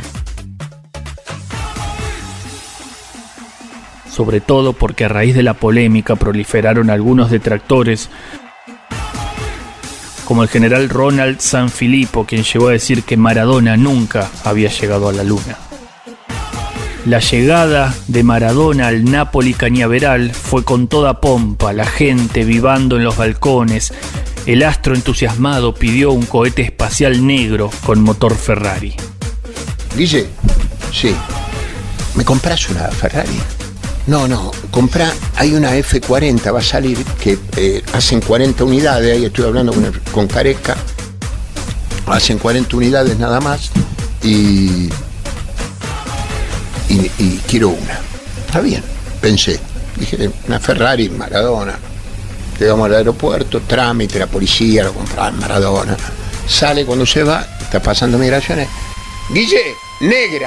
Sobre todo porque a raíz de la polémica proliferaron algunos detractores, como el general Ronald Sanfilippo, quien llegó a decir que Maradona nunca había llegado a la luna. La llegada de Maradona al Napoli cañaveral fue con toda pompa, la gente vivando en los balcones. El astro entusiasmado pidió un cohete espacial negro con motor Ferrari. Guille, sí, ¿me compras una Ferrari? No, no, comprá, hay una F cuarenta, va a salir, que eh, hacen cuarenta unidades, ahí estoy hablando con, el, con Careca, hacen cuarenta unidades nada más, y... Y, y quiero una. Está bien, pensé. Dije, una Ferrari, Maradona. Llegamos al aeropuerto, trámite, la policía, lo compraba Maradona. Sale cuando se va, está pasando migraciones. Guille, negra.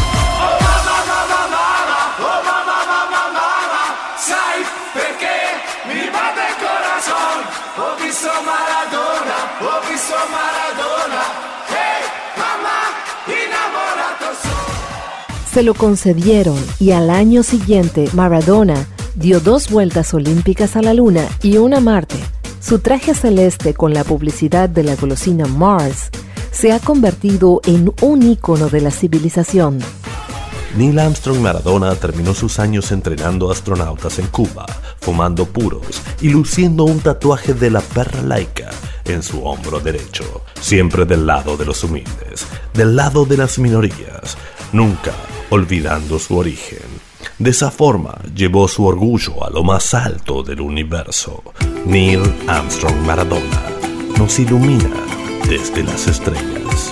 Sai perché mi batte il corazón. Ho visto Maradona, ho visto Maradona. Hey, mamá, innamorato soy. Se lo concedieron y al año siguiente Maradona dio dos vueltas olímpicas a la Luna y una a Marte. Su traje celeste con la publicidad de la golosina Mars se ha convertido en un ícono de la civilización. Neil Armstrong Maradona terminó sus años entrenando astronautas en Cuba, fumando puros y luciendo un tatuaje de la perra laica en su hombro derecho, siempre del lado de los humildes, del lado de las minorías, nunca olvidando su origen. De esa forma llevó su orgullo a lo más alto del universo. Neil Armstrong Maradona nos ilumina desde las estrellas.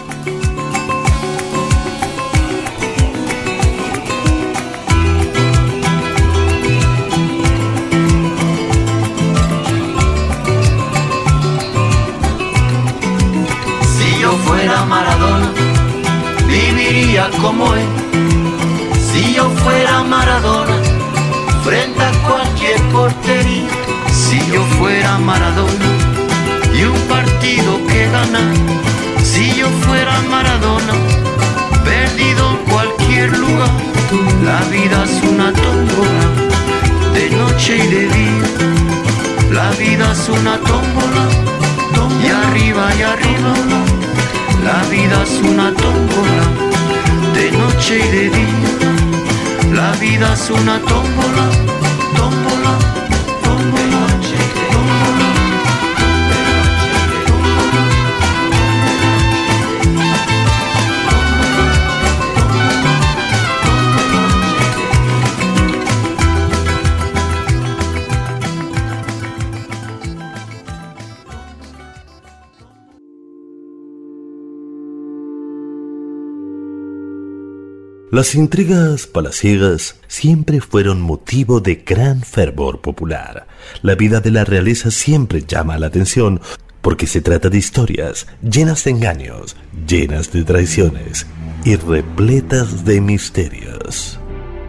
Si yo fuera Maradona, viviría como él. Si yo fuera Maradona, frente a cualquier portería. Si yo fuera Maradona y un partido que ganar. Si yo fuera Maradona, perdido en cualquier lugar. La vida es una tómbola, de noche y de día. La vida es una tómbola, y arriba y arriba. La vida es una tómbola, de noche y de día. La vida es una tómbola, tómbola, tómbola, tómbola. Las intrigas palaciegas siempre fueron motivo de gran fervor popular. La vida de la realeza siempre llama la atención porque se trata de historias llenas de engaños, llenas de traiciones y repletas de misterios.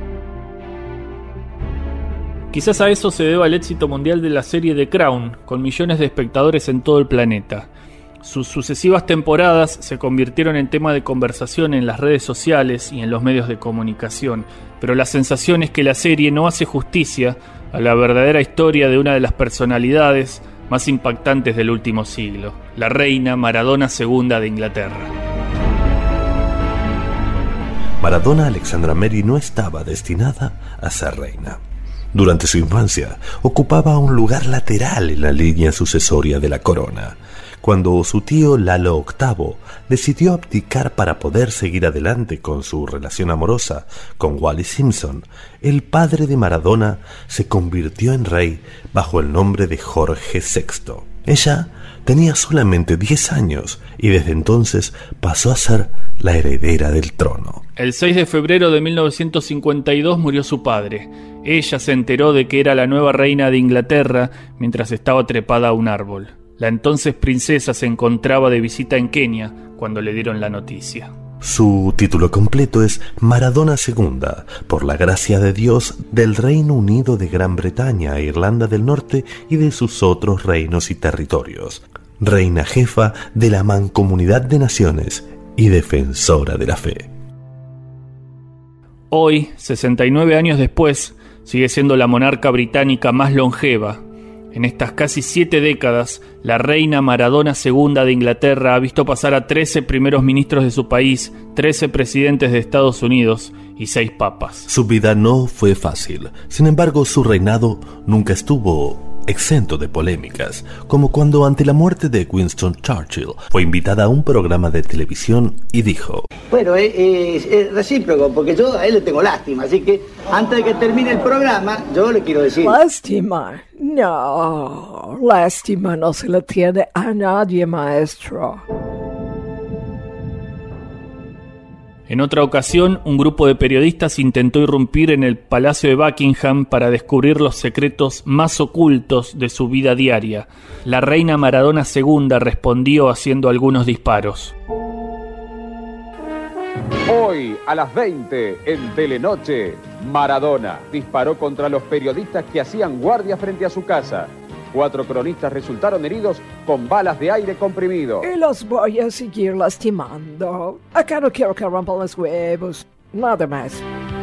Quizás a eso se deba el éxito mundial de la serie The Crown, con millones de espectadores en todo el planeta. Sus sucesivas temporadas se convirtieron en tema de conversación en las redes sociales y en los medios de comunicación, pero la sensación es que la serie no hace justicia a la verdadera historia de una de las personalidades más impactantes del último siglo, la reina Maradona segunda de Inglaterra. Maradona Alexandra Mary no estaba destinada a ser reina. Durante su infancia, ocupaba un lugar lateral en la línea sucesoria de la corona. Cuando su tío Lalo octavo decidió abdicar para poder seguir adelante con su relación amorosa con Wally Simpson, el padre de Maradona se convirtió en rey bajo el nombre de Jorge sexto. Ella tenía solamente diez años y desde entonces pasó a ser la heredera del trono. El seis de febrero de mil novecientos cincuenta y dos murió su padre. Ella se enteró de que era la nueva reina de Inglaterra mientras estaba trepada a un árbol. La entonces princesa se encontraba de visita en Kenia cuando le dieron la noticia. Su título completo es Maradona segunda, por la gracia de Dios del Reino Unido de Gran Bretaña, Irlanda del Norte y de sus otros reinos y territorios. Reina jefa de la Mancomunidad de Naciones y defensora de la fe. Hoy, sesenta y nueve años después, sigue siendo la monarca británica más longeva. En estas casi siete décadas, la reina Maradona segunda de Inglaterra ha visto pasar a trece primeros ministros de su país, trece presidentes de Estados Unidos y seis papas. Su vida no fue fácil. Sin embargo, su reinado nunca estuvo exento de polémicas, como cuando ante la muerte de Winston Churchill fue invitada a un programa de televisión y dijo: Bueno, es, es, es recíproco, porque yo a él le tengo lástima, así que antes de que termine el programa, yo le quiero decir... Lástima, no, lástima no se le tiene a nadie, maestro. En otra ocasión, un grupo de periodistas intentó irrumpir en el Palacio de Buckingham para descubrir los secretos más ocultos de su vida diaria. La reina Maradona segunda respondió haciendo algunos disparos. Hoy, a las veinte, en Telenoche, Maradona disparó contra los periodistas que hacían guardia frente a su casa. Cuatro cronistas resultaron heridos con balas de aire comprimido. Y los voy a seguir lastimando. Acá no quiero que rompan los huevos. Nada más.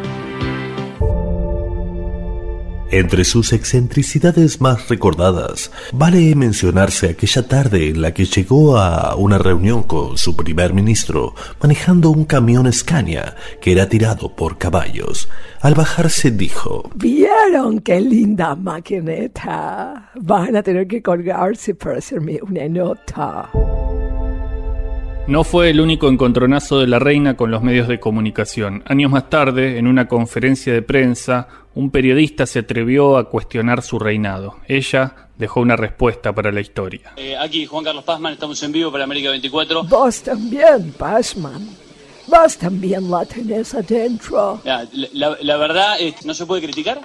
Entre sus excentricidades más recordadas, vale mencionarse aquella tarde en la que llegó a una reunión con su primer ministro manejando un camión Scania que era tirado por caballos. Al bajarse dijo: ¿Vieron qué linda maquineta? Van a tener que colgarse para hacerme una nota. No fue el único encontronazo de la reina con los medios de comunicación. Años más tarde, en una conferencia de prensa, un periodista se atrevió a cuestionar su reinado. Ella dejó una respuesta para la historia. Eh, aquí, Juan Carlos Pazman, estamos en vivo para América veinticuatro. Vos también, Pazman. Vos también la tenés adentro. La, la, la verdad, eh, ¿no se puede criticar?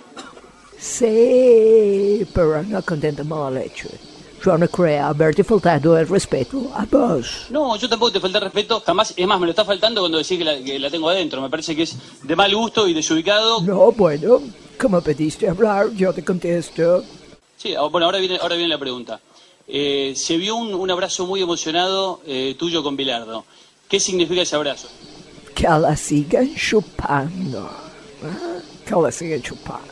Sí, pero no contenta mal hecho. Yo no creo haberte faltado el respeto a vos. No, yo tampoco te falté el respeto, jamás. Es más, me lo está faltando cuando decís que la, que la tengo adentro. Me parece que es de mal gusto y desubicado. No, bueno, como pediste hablar, yo te contesto. Sí, bueno, ahora viene, ahora viene la pregunta. Eh, se vio un, un abrazo muy emocionado eh, tuyo con Bilardo. ¿Qué significa ese abrazo? Que la sigan chupando. ¿Eh? Que la sigan chupando.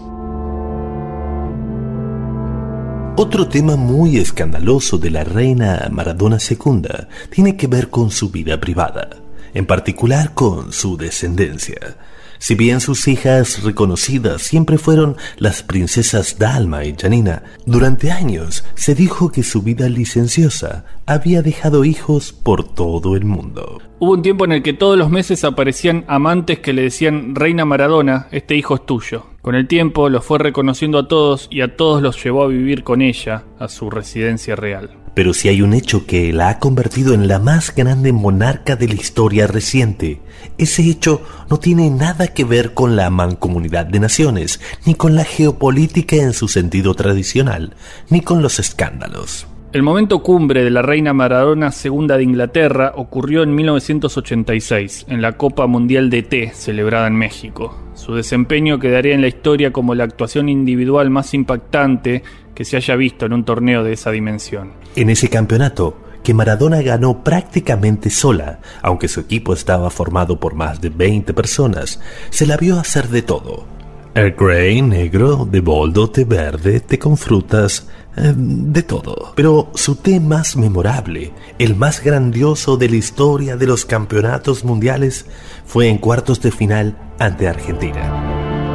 Otro tema muy escandaloso de la reina Maradona segunda tiene que ver con su vida privada, en particular con su descendencia. Si bien sus hijas reconocidas siempre fueron las princesas Dalma y Janina, durante años se dijo que su vida licenciosa había dejado hijos por todo el mundo. Hubo un tiempo en el que todos los meses aparecían amantes que le decían: Reina Maradona, este hijo es tuyo. Con el tiempo los fue reconociendo a todos y a todos los llevó a vivir con ella a su residencia real. Pero si hay un hecho que la ha convertido en la más grande monarca de la historia reciente, ese hecho no tiene nada que ver con la mancomunidad de naciones, ni con la geopolítica en su sentido tradicional, ni con los escándalos. El momento cumbre de la reina Maradona segunda de Inglaterra ocurrió en mil novecientos ochenta y seis, en la Copa Mundial de Té, celebrada en México. Su desempeño quedaría en la historia como la actuación individual más impactante que se haya visto en un torneo de esa dimensión. En ese campeonato, que Maradona ganó prácticamente sola, aunque su equipo estaba formado por más de veinte personas, se la vio hacer de todo. El grey, negro, de boldo, té verde, té con frutas, eh, de todo. Pero su té más memorable, el más grandioso de la historia de los campeonatos mundiales, fue en cuartos de final ante Argentina.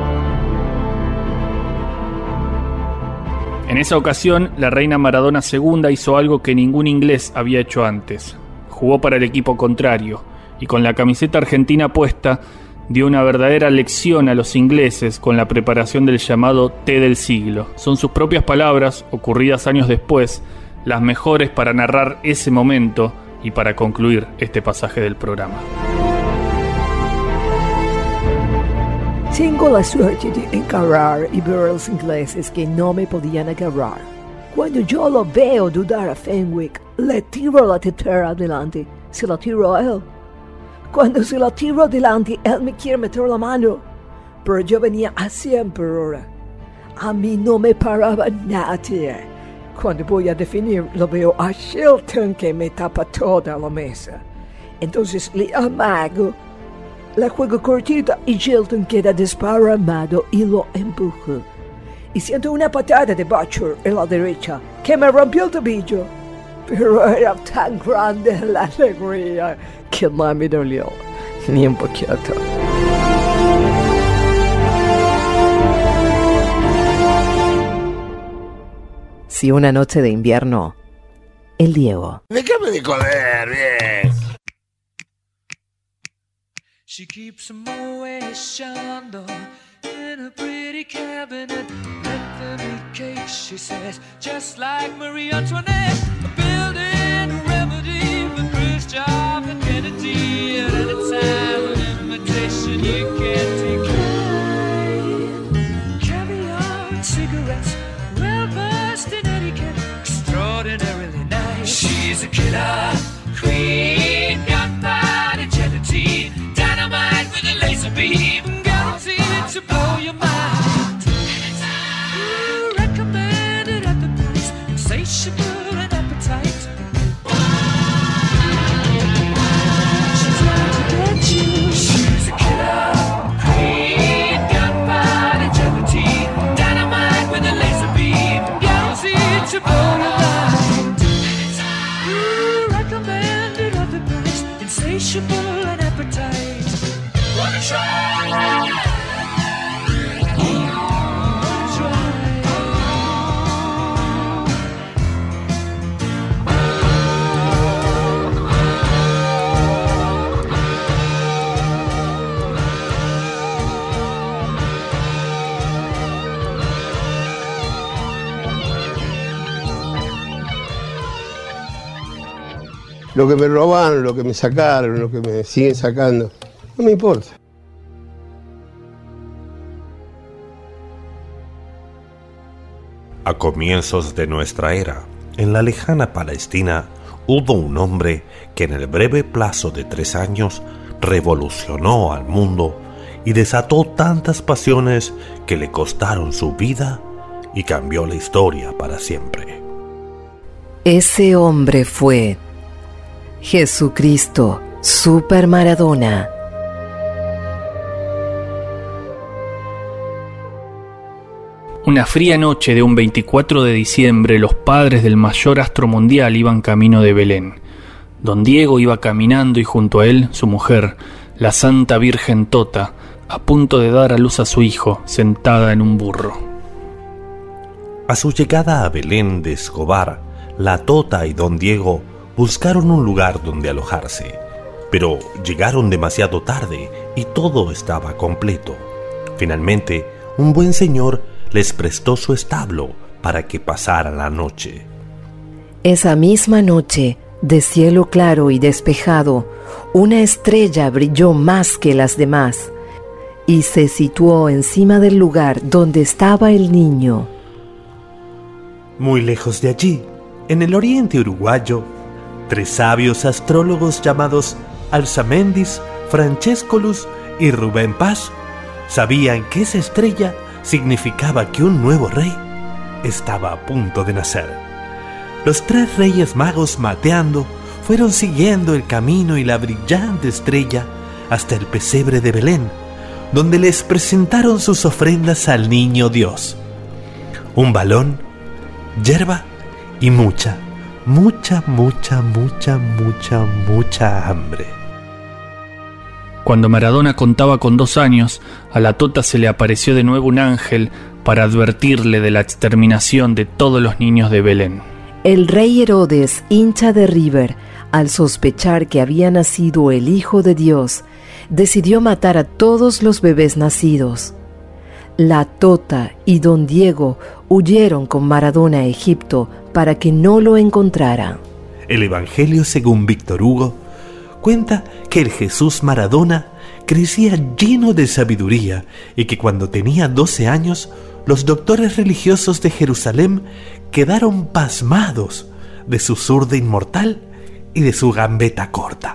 En esa ocasión, la reina Maradona segunda hizo algo que ningún inglés había hecho antes. Jugó para el equipo contrario y con la camiseta argentina puesta, dio una verdadera lección a los ingleses con la preparación del llamado té del siglo. Son sus propias palabras, ocurridas años después, las mejores para narrar ese momento y para concluir este pasaje del programa. Tengo la suerte de encarar y ver a los ingleses que no me podían agarrar. Cuando yo lo veo dudar a Fenwick, le tiro la tetera adelante, se la tiro a él. Cuando se la tiro adelante, él me quiere meter la mano, pero yo venía a cien por hora. A mí no me paraba nadie. Cuando voy a definir, lo veo a Shilton que me tapa toda la mesa. Entonces le amago, la juego cortita y Shilton queda desparramado y lo empujo. Y siento una patada de Butcher en la derecha que me rompió el tobillo. Pero era tan grande la alegría que no me dolió ni un poquito. Si una noche de invierno, el Diego. Déjame de joder, bien. She keeps a Moet Chandon in a pretty cabinet. Let them eat cake, she says, just like Marie Antoinette. A building a remedy for Khrushchev and Kennedy. At any time, an invitation you can't decline. Caviar and cigarettes, well versed in etiquette, extraordinarily nice. She's a killer queen, gunpowder gelatine. With a laser beam, guaranteed to blow your mind. Ooh, recommended at the price, insatiable and appetite. She's out to get you. She's a killer queen, gunpowder gelatine, dynamite with a laser beam, guaranteed to blow your mind. Ooh, recommended at the price, insatiable and appetite. Wanna try? Lo que me robaron, lo que me sacaron, lo que me siguen sacando, no me importa. A comienzos de nuestra era, en la lejana Palestina, hubo un hombre que en el breve plazo de tres años revolucionó al mundo y desató tantas pasiones que le costaron su vida y cambió la historia para siempre. Ese hombre fue Jesucristo Super Maradona. Una fría noche de un veinticuatro de diciembre, los padres del mayor astro mundial iban camino de Belén. Don Diego iba caminando y junto a él su mujer, la Santa Virgen Tota, a punto de dar a luz a su hijo, sentada en un burro. A su llegada a Belén de Escobar, la Tota y Don Diego buscaron un lugar donde alojarse, pero llegaron demasiado tarde y todo estaba completo. Finalmente, un buen señor les prestó su establo para que pasaran la noche. Esa misma noche, de cielo claro y despejado, una estrella brilló más que las demás y se situó encima del lugar donde estaba el niño. Muy lejos de allí, en el oriente uruguayo, tres sabios astrólogos llamados Alzamendis, Francescolus y Rubén Paz sabían que esa estrella significaba que un nuevo rey estaba a punto de nacer. Los tres reyes magos mateando fueron siguiendo el camino y la brillante estrella hasta el pesebre de Belén, donde les presentaron sus ofrendas al niño Dios: un balón, hierba y mucha, mucha, mucha, mucha, mucha, mucha hambre. Cuando Maradona contaba con dos años, a la tota se le apareció de nuevo un ángel para advertirle de la exterminación de todos los niños de Belén. El rey Herodes, hincha de River, al sospechar que había nacido el Hijo de Dios, decidió matar a todos los bebés nacidos. La tota y don Diego huyeron con Maradona a Egipto para que no lo encontrara. El Evangelio según Víctor Hugo cuenta que el Jesús Maradona crecía lleno de sabiduría y que cuando tenía doce años, los doctores religiosos de Jerusalén quedaron pasmados de su zurda inmortal y de su gambeta corta.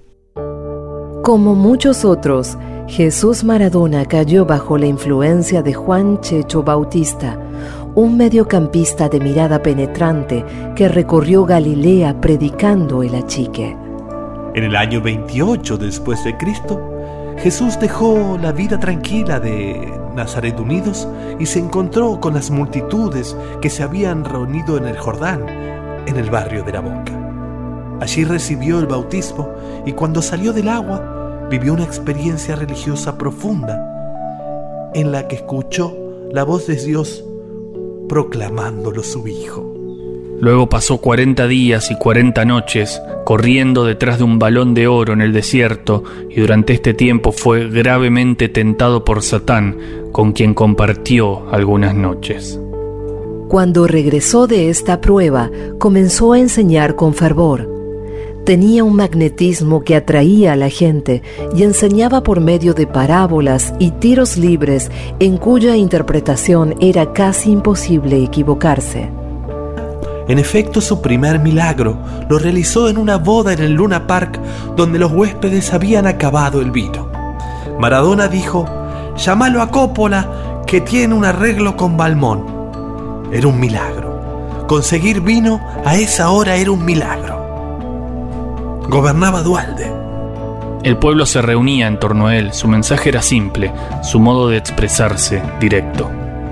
Como muchos otros, Jesús Maradona cayó bajo la influencia de Juan Checho Bautista, un mediocampista de mirada penetrante que recorrió Galilea predicando el achique. En el año veintiocho después de Cristo, Jesús dejó la vida tranquila de Nazaret Unidos y se encontró con las multitudes que se habían reunido en el Jordán, en el barrio de la Boca. Allí recibió el bautismo y cuando salió del agua vivió una experiencia religiosa profunda en la que escuchó la voz de Dios proclamándolo su hijo. Luego pasó cuarenta días y cuarenta noches corriendo detrás de un balón de oro en el desierto y durante este tiempo fue gravemente tentado por Satán, con quien compartió algunas noches. Cuando regresó de esta prueba, comenzó a enseñar con fervor. Tenía un magnetismo que atraía a la gente y enseñaba por medio de parábolas y tiros libres en cuya interpretación era casi imposible equivocarse. En efecto, su primer milagro lo realizó en una boda en el Luna Park donde los huéspedes habían acabado el vino. Maradona dijo: «Llámalo a Coppola, que tiene un arreglo con Balmón». Era un milagro. Conseguir vino a esa hora era un milagro. Gobernaba Duhalde. El pueblo se reunía en torno a él. Su mensaje era simple, su modo de expresarse directo.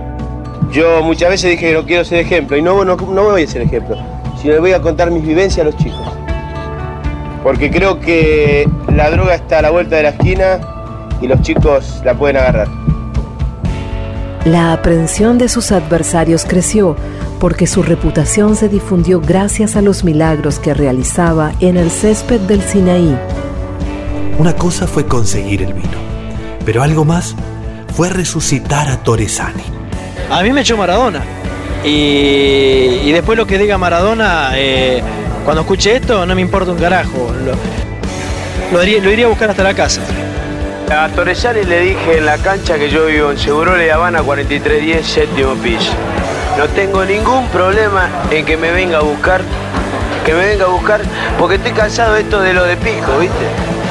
Yo muchas veces dije que no quiero ser ejemplo, y no, no, no voy a ser ejemplo, sino le voy a contar mis vivencias a los chicos. Porque creo que la droga está a la vuelta de la esquina y los chicos la pueden agarrar. La aprensión de sus adversarios creció porque su reputación se difundió gracias a los milagros que realizaba en el césped del Sinaí. Una cosa fue conseguir el vino, pero algo más fue resucitar a Torresani. A mí me echó Maradona. Y, y después lo que diga Maradona, eh, cuando escuche esto, no me importa un carajo. Lo, lo, iría, lo iría a buscar hasta la casa. A Torresani le dije en la cancha que yo vivo en Segurola y Habana cuarenta y tres diez, séptimo piso. No tengo ningún problema en que me venga a buscar, que me venga a buscar, porque estoy cansado de esto de lo de pico, ¿viste?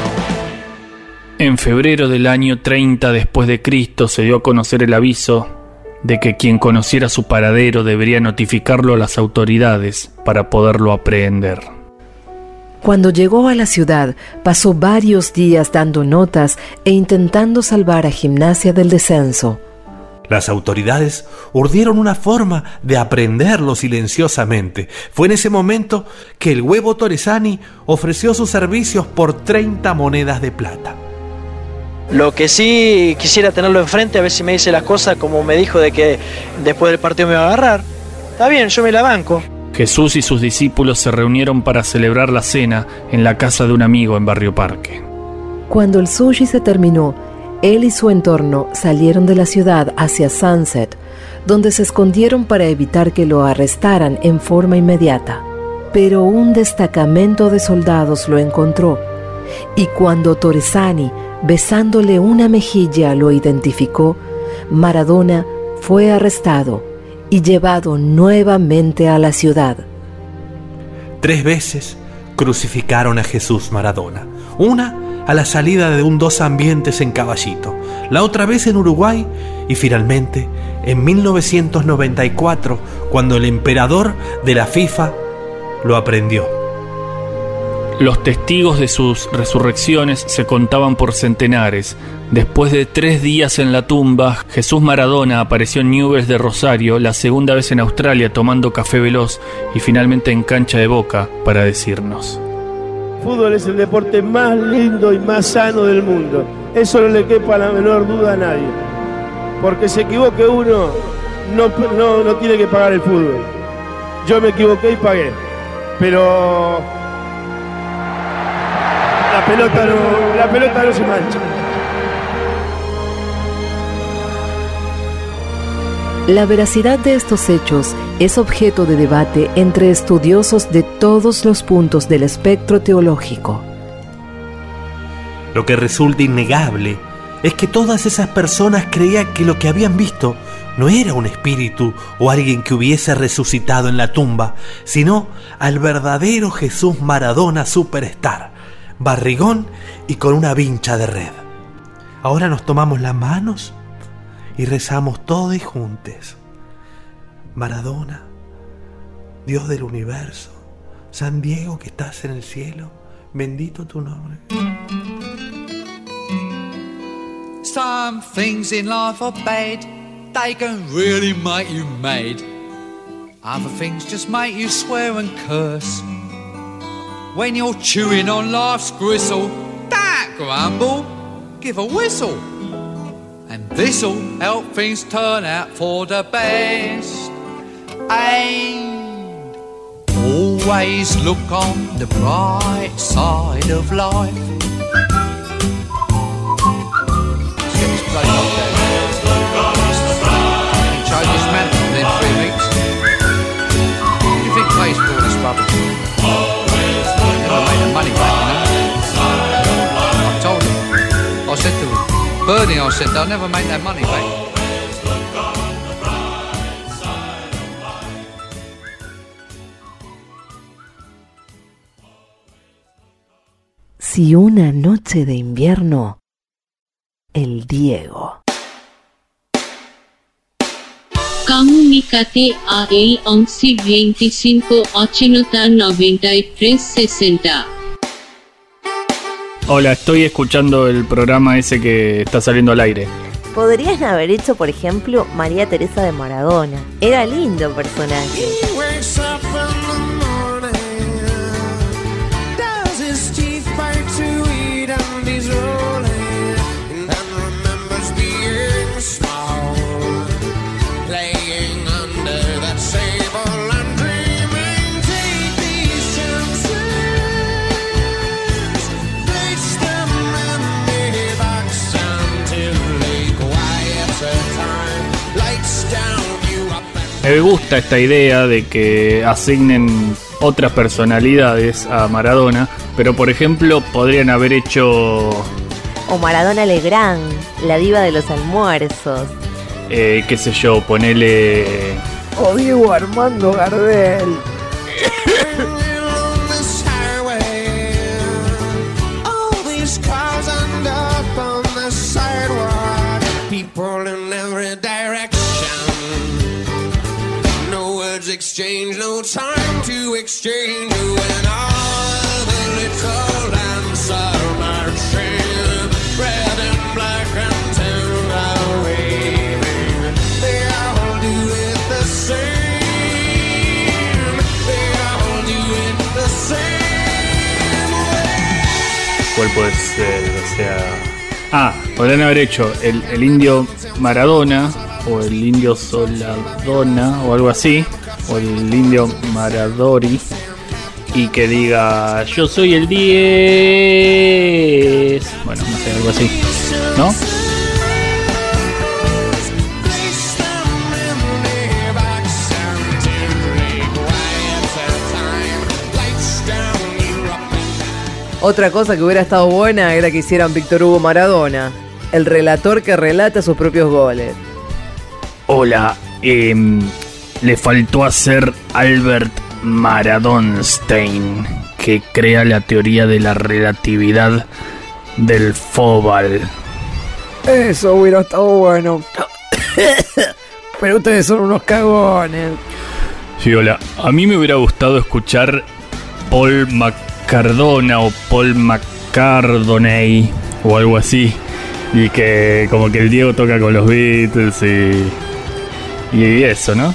En febrero del año treinta después de Cristo se dio a conocer el aviso de que quien conociera su paradero debería notificarlo a las autoridades para poderlo aprehender. Cuando llegó a la ciudad, pasó varios días dando notas e intentando salvar a Gimnasia del descenso. Las autoridades urdieron una forma de aprenderlo silenciosamente. Fue en ese momento que el huevo Torresani ofreció sus servicios por treinta monedas de plata. Lo que sí quisiera tenerlo enfrente, a ver si me dice las cosas como me dijo de que después del partido me iba a agarrar. Está bien, yo me la banco. Jesús y sus discípulos se reunieron para celebrar la cena en la casa de un amigo en Barrio Parque. Cuando el sushi se terminó, él y su entorno salieron de la ciudad hacia Sunset, donde se escondieron para evitar que lo arrestaran en forma inmediata. pero un destacamento de soldados lo encontró y cuando Torresani, besándole una mejilla, lo identificó, Maradona fue arrestado y llevado nuevamente a la ciudad. Tres veces crucificaron a Jesús Maradona. Una a la salida de un dos ambientes en Caballito, la otra vez en Uruguay y finalmente en mil novecientos noventa y cuatro, cuando el emperador de la FIFA lo aprendió. Los testigos de sus resurrecciones se contaban por centenares. Después de tres días en la tumba, Jesús Maradona apareció en Newell's de Rosario, la segunda vez en Australia tomando café veloz y finalmente en cancha de Boca para decirnos: El fútbol es el deporte más lindo y más sano del mundo. Eso no le quepa la menor duda a nadie. Porque se equivoque uno, no, no, no tiene que pagar el fútbol. Yo me equivoqué y pagué. Pero la pelota no, la pelota no se mancha. La veracidad de estos hechos es objeto de debate entre estudiosos de todos los puntos del espectro teológico. Lo que resulta innegable es que todas esas personas creían que lo que habían visto no era un espíritu o alguien que hubiese resucitado en la tumba, sino al verdadero Jesús Maradona Superstar, barrigón y con una vincha de red. Ahora nos tomamos las manos y rezamos todos juntos. Maradona, Dios del universo, San Diego que estás en el cielo, bendito tu nombre. Some things in life are bad, they can really make you mad. Other things just make you swear and curse. When you're chewing on life's gristle, don't grumble, give a whistle. And this'll help things turn out for the best. And always look on the bright side of life. Let's get this bloody knocked out. You chose this man within three weeks. What do you think pays for all this rubbish? Never made the money back, you know. I told him. I said to him, Bernie, I said, they'll never make that money back. Si una noche de invierno, el Diego. Comunícate a el once veinticinco ochenta noventa y tres sesenta. Hola, estoy escuchando el programa ese que está saliendo al aire. Podrían haber hecho, por ejemplo, María Teresa de Maradona. Era lindo personaje. Me gusta esta idea de que asignen otras personalidades a Maradona, pero por ejemplo podrían haber hecho... O Maradona Legrand, la diva de los almuerzos. Eh, qué sé yo, ponele... O Diego Armando Gardel. Exchange, no time to exchange when all the little lambs are marching, red and black and ten are waving. They all do it the same. They all do it the same way. ¿Cuál puede ser? O sea... Ah, podrían haber hecho el, el indio Maradona o el indio Soladona o algo así, o el indio Maradori, y que diga yo soy el diez. Bueno, no sé, algo así, ¿no? Otra cosa que hubiera estado buena era que hicieran Víctor Hugo Maradona, el relator que relata sus propios goles. Hola, eh, le faltó hacer Albert Maradonstein, que crea la teoría de la relatividad del fútbol. Eso hubiera estado bueno. Pero ustedes son unos cagones. Sí, hola. A mí me hubiera gustado escuchar Paul McCardona o Paul McCardoney o algo así. Y que como que el Diego toca con los Beatles y... y eso, ¿no?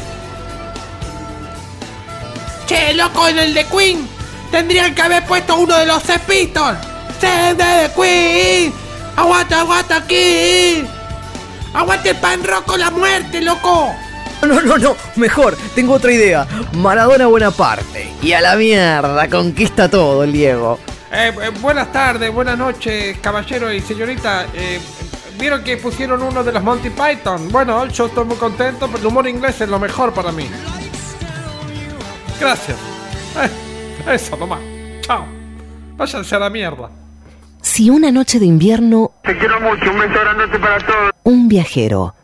Che, loco, en el de Queen tendrían que haber puesto uno de los Sex Pistols. Save the Queen. Aguanta, aguanta aquí. Aguante el pan rock con la muerte, loco. No, no, no, mejor, tengo otra idea. Maradona Bonaparte. Y a la mierda, conquista todo el Diego. Eh, eh, buenas tardes, buenas noches, caballero y señorita. Eh, Vieron que pusieron uno de los Monty Python. Bueno, yo estoy muy contento, pero el humor inglés es lo mejor para mí. Gracias. Eh, eso nomás. Chao. Váyanse a la mierda. Si una noche de invierno... Te quiero mucho, un beso grandote para todos. Un viajero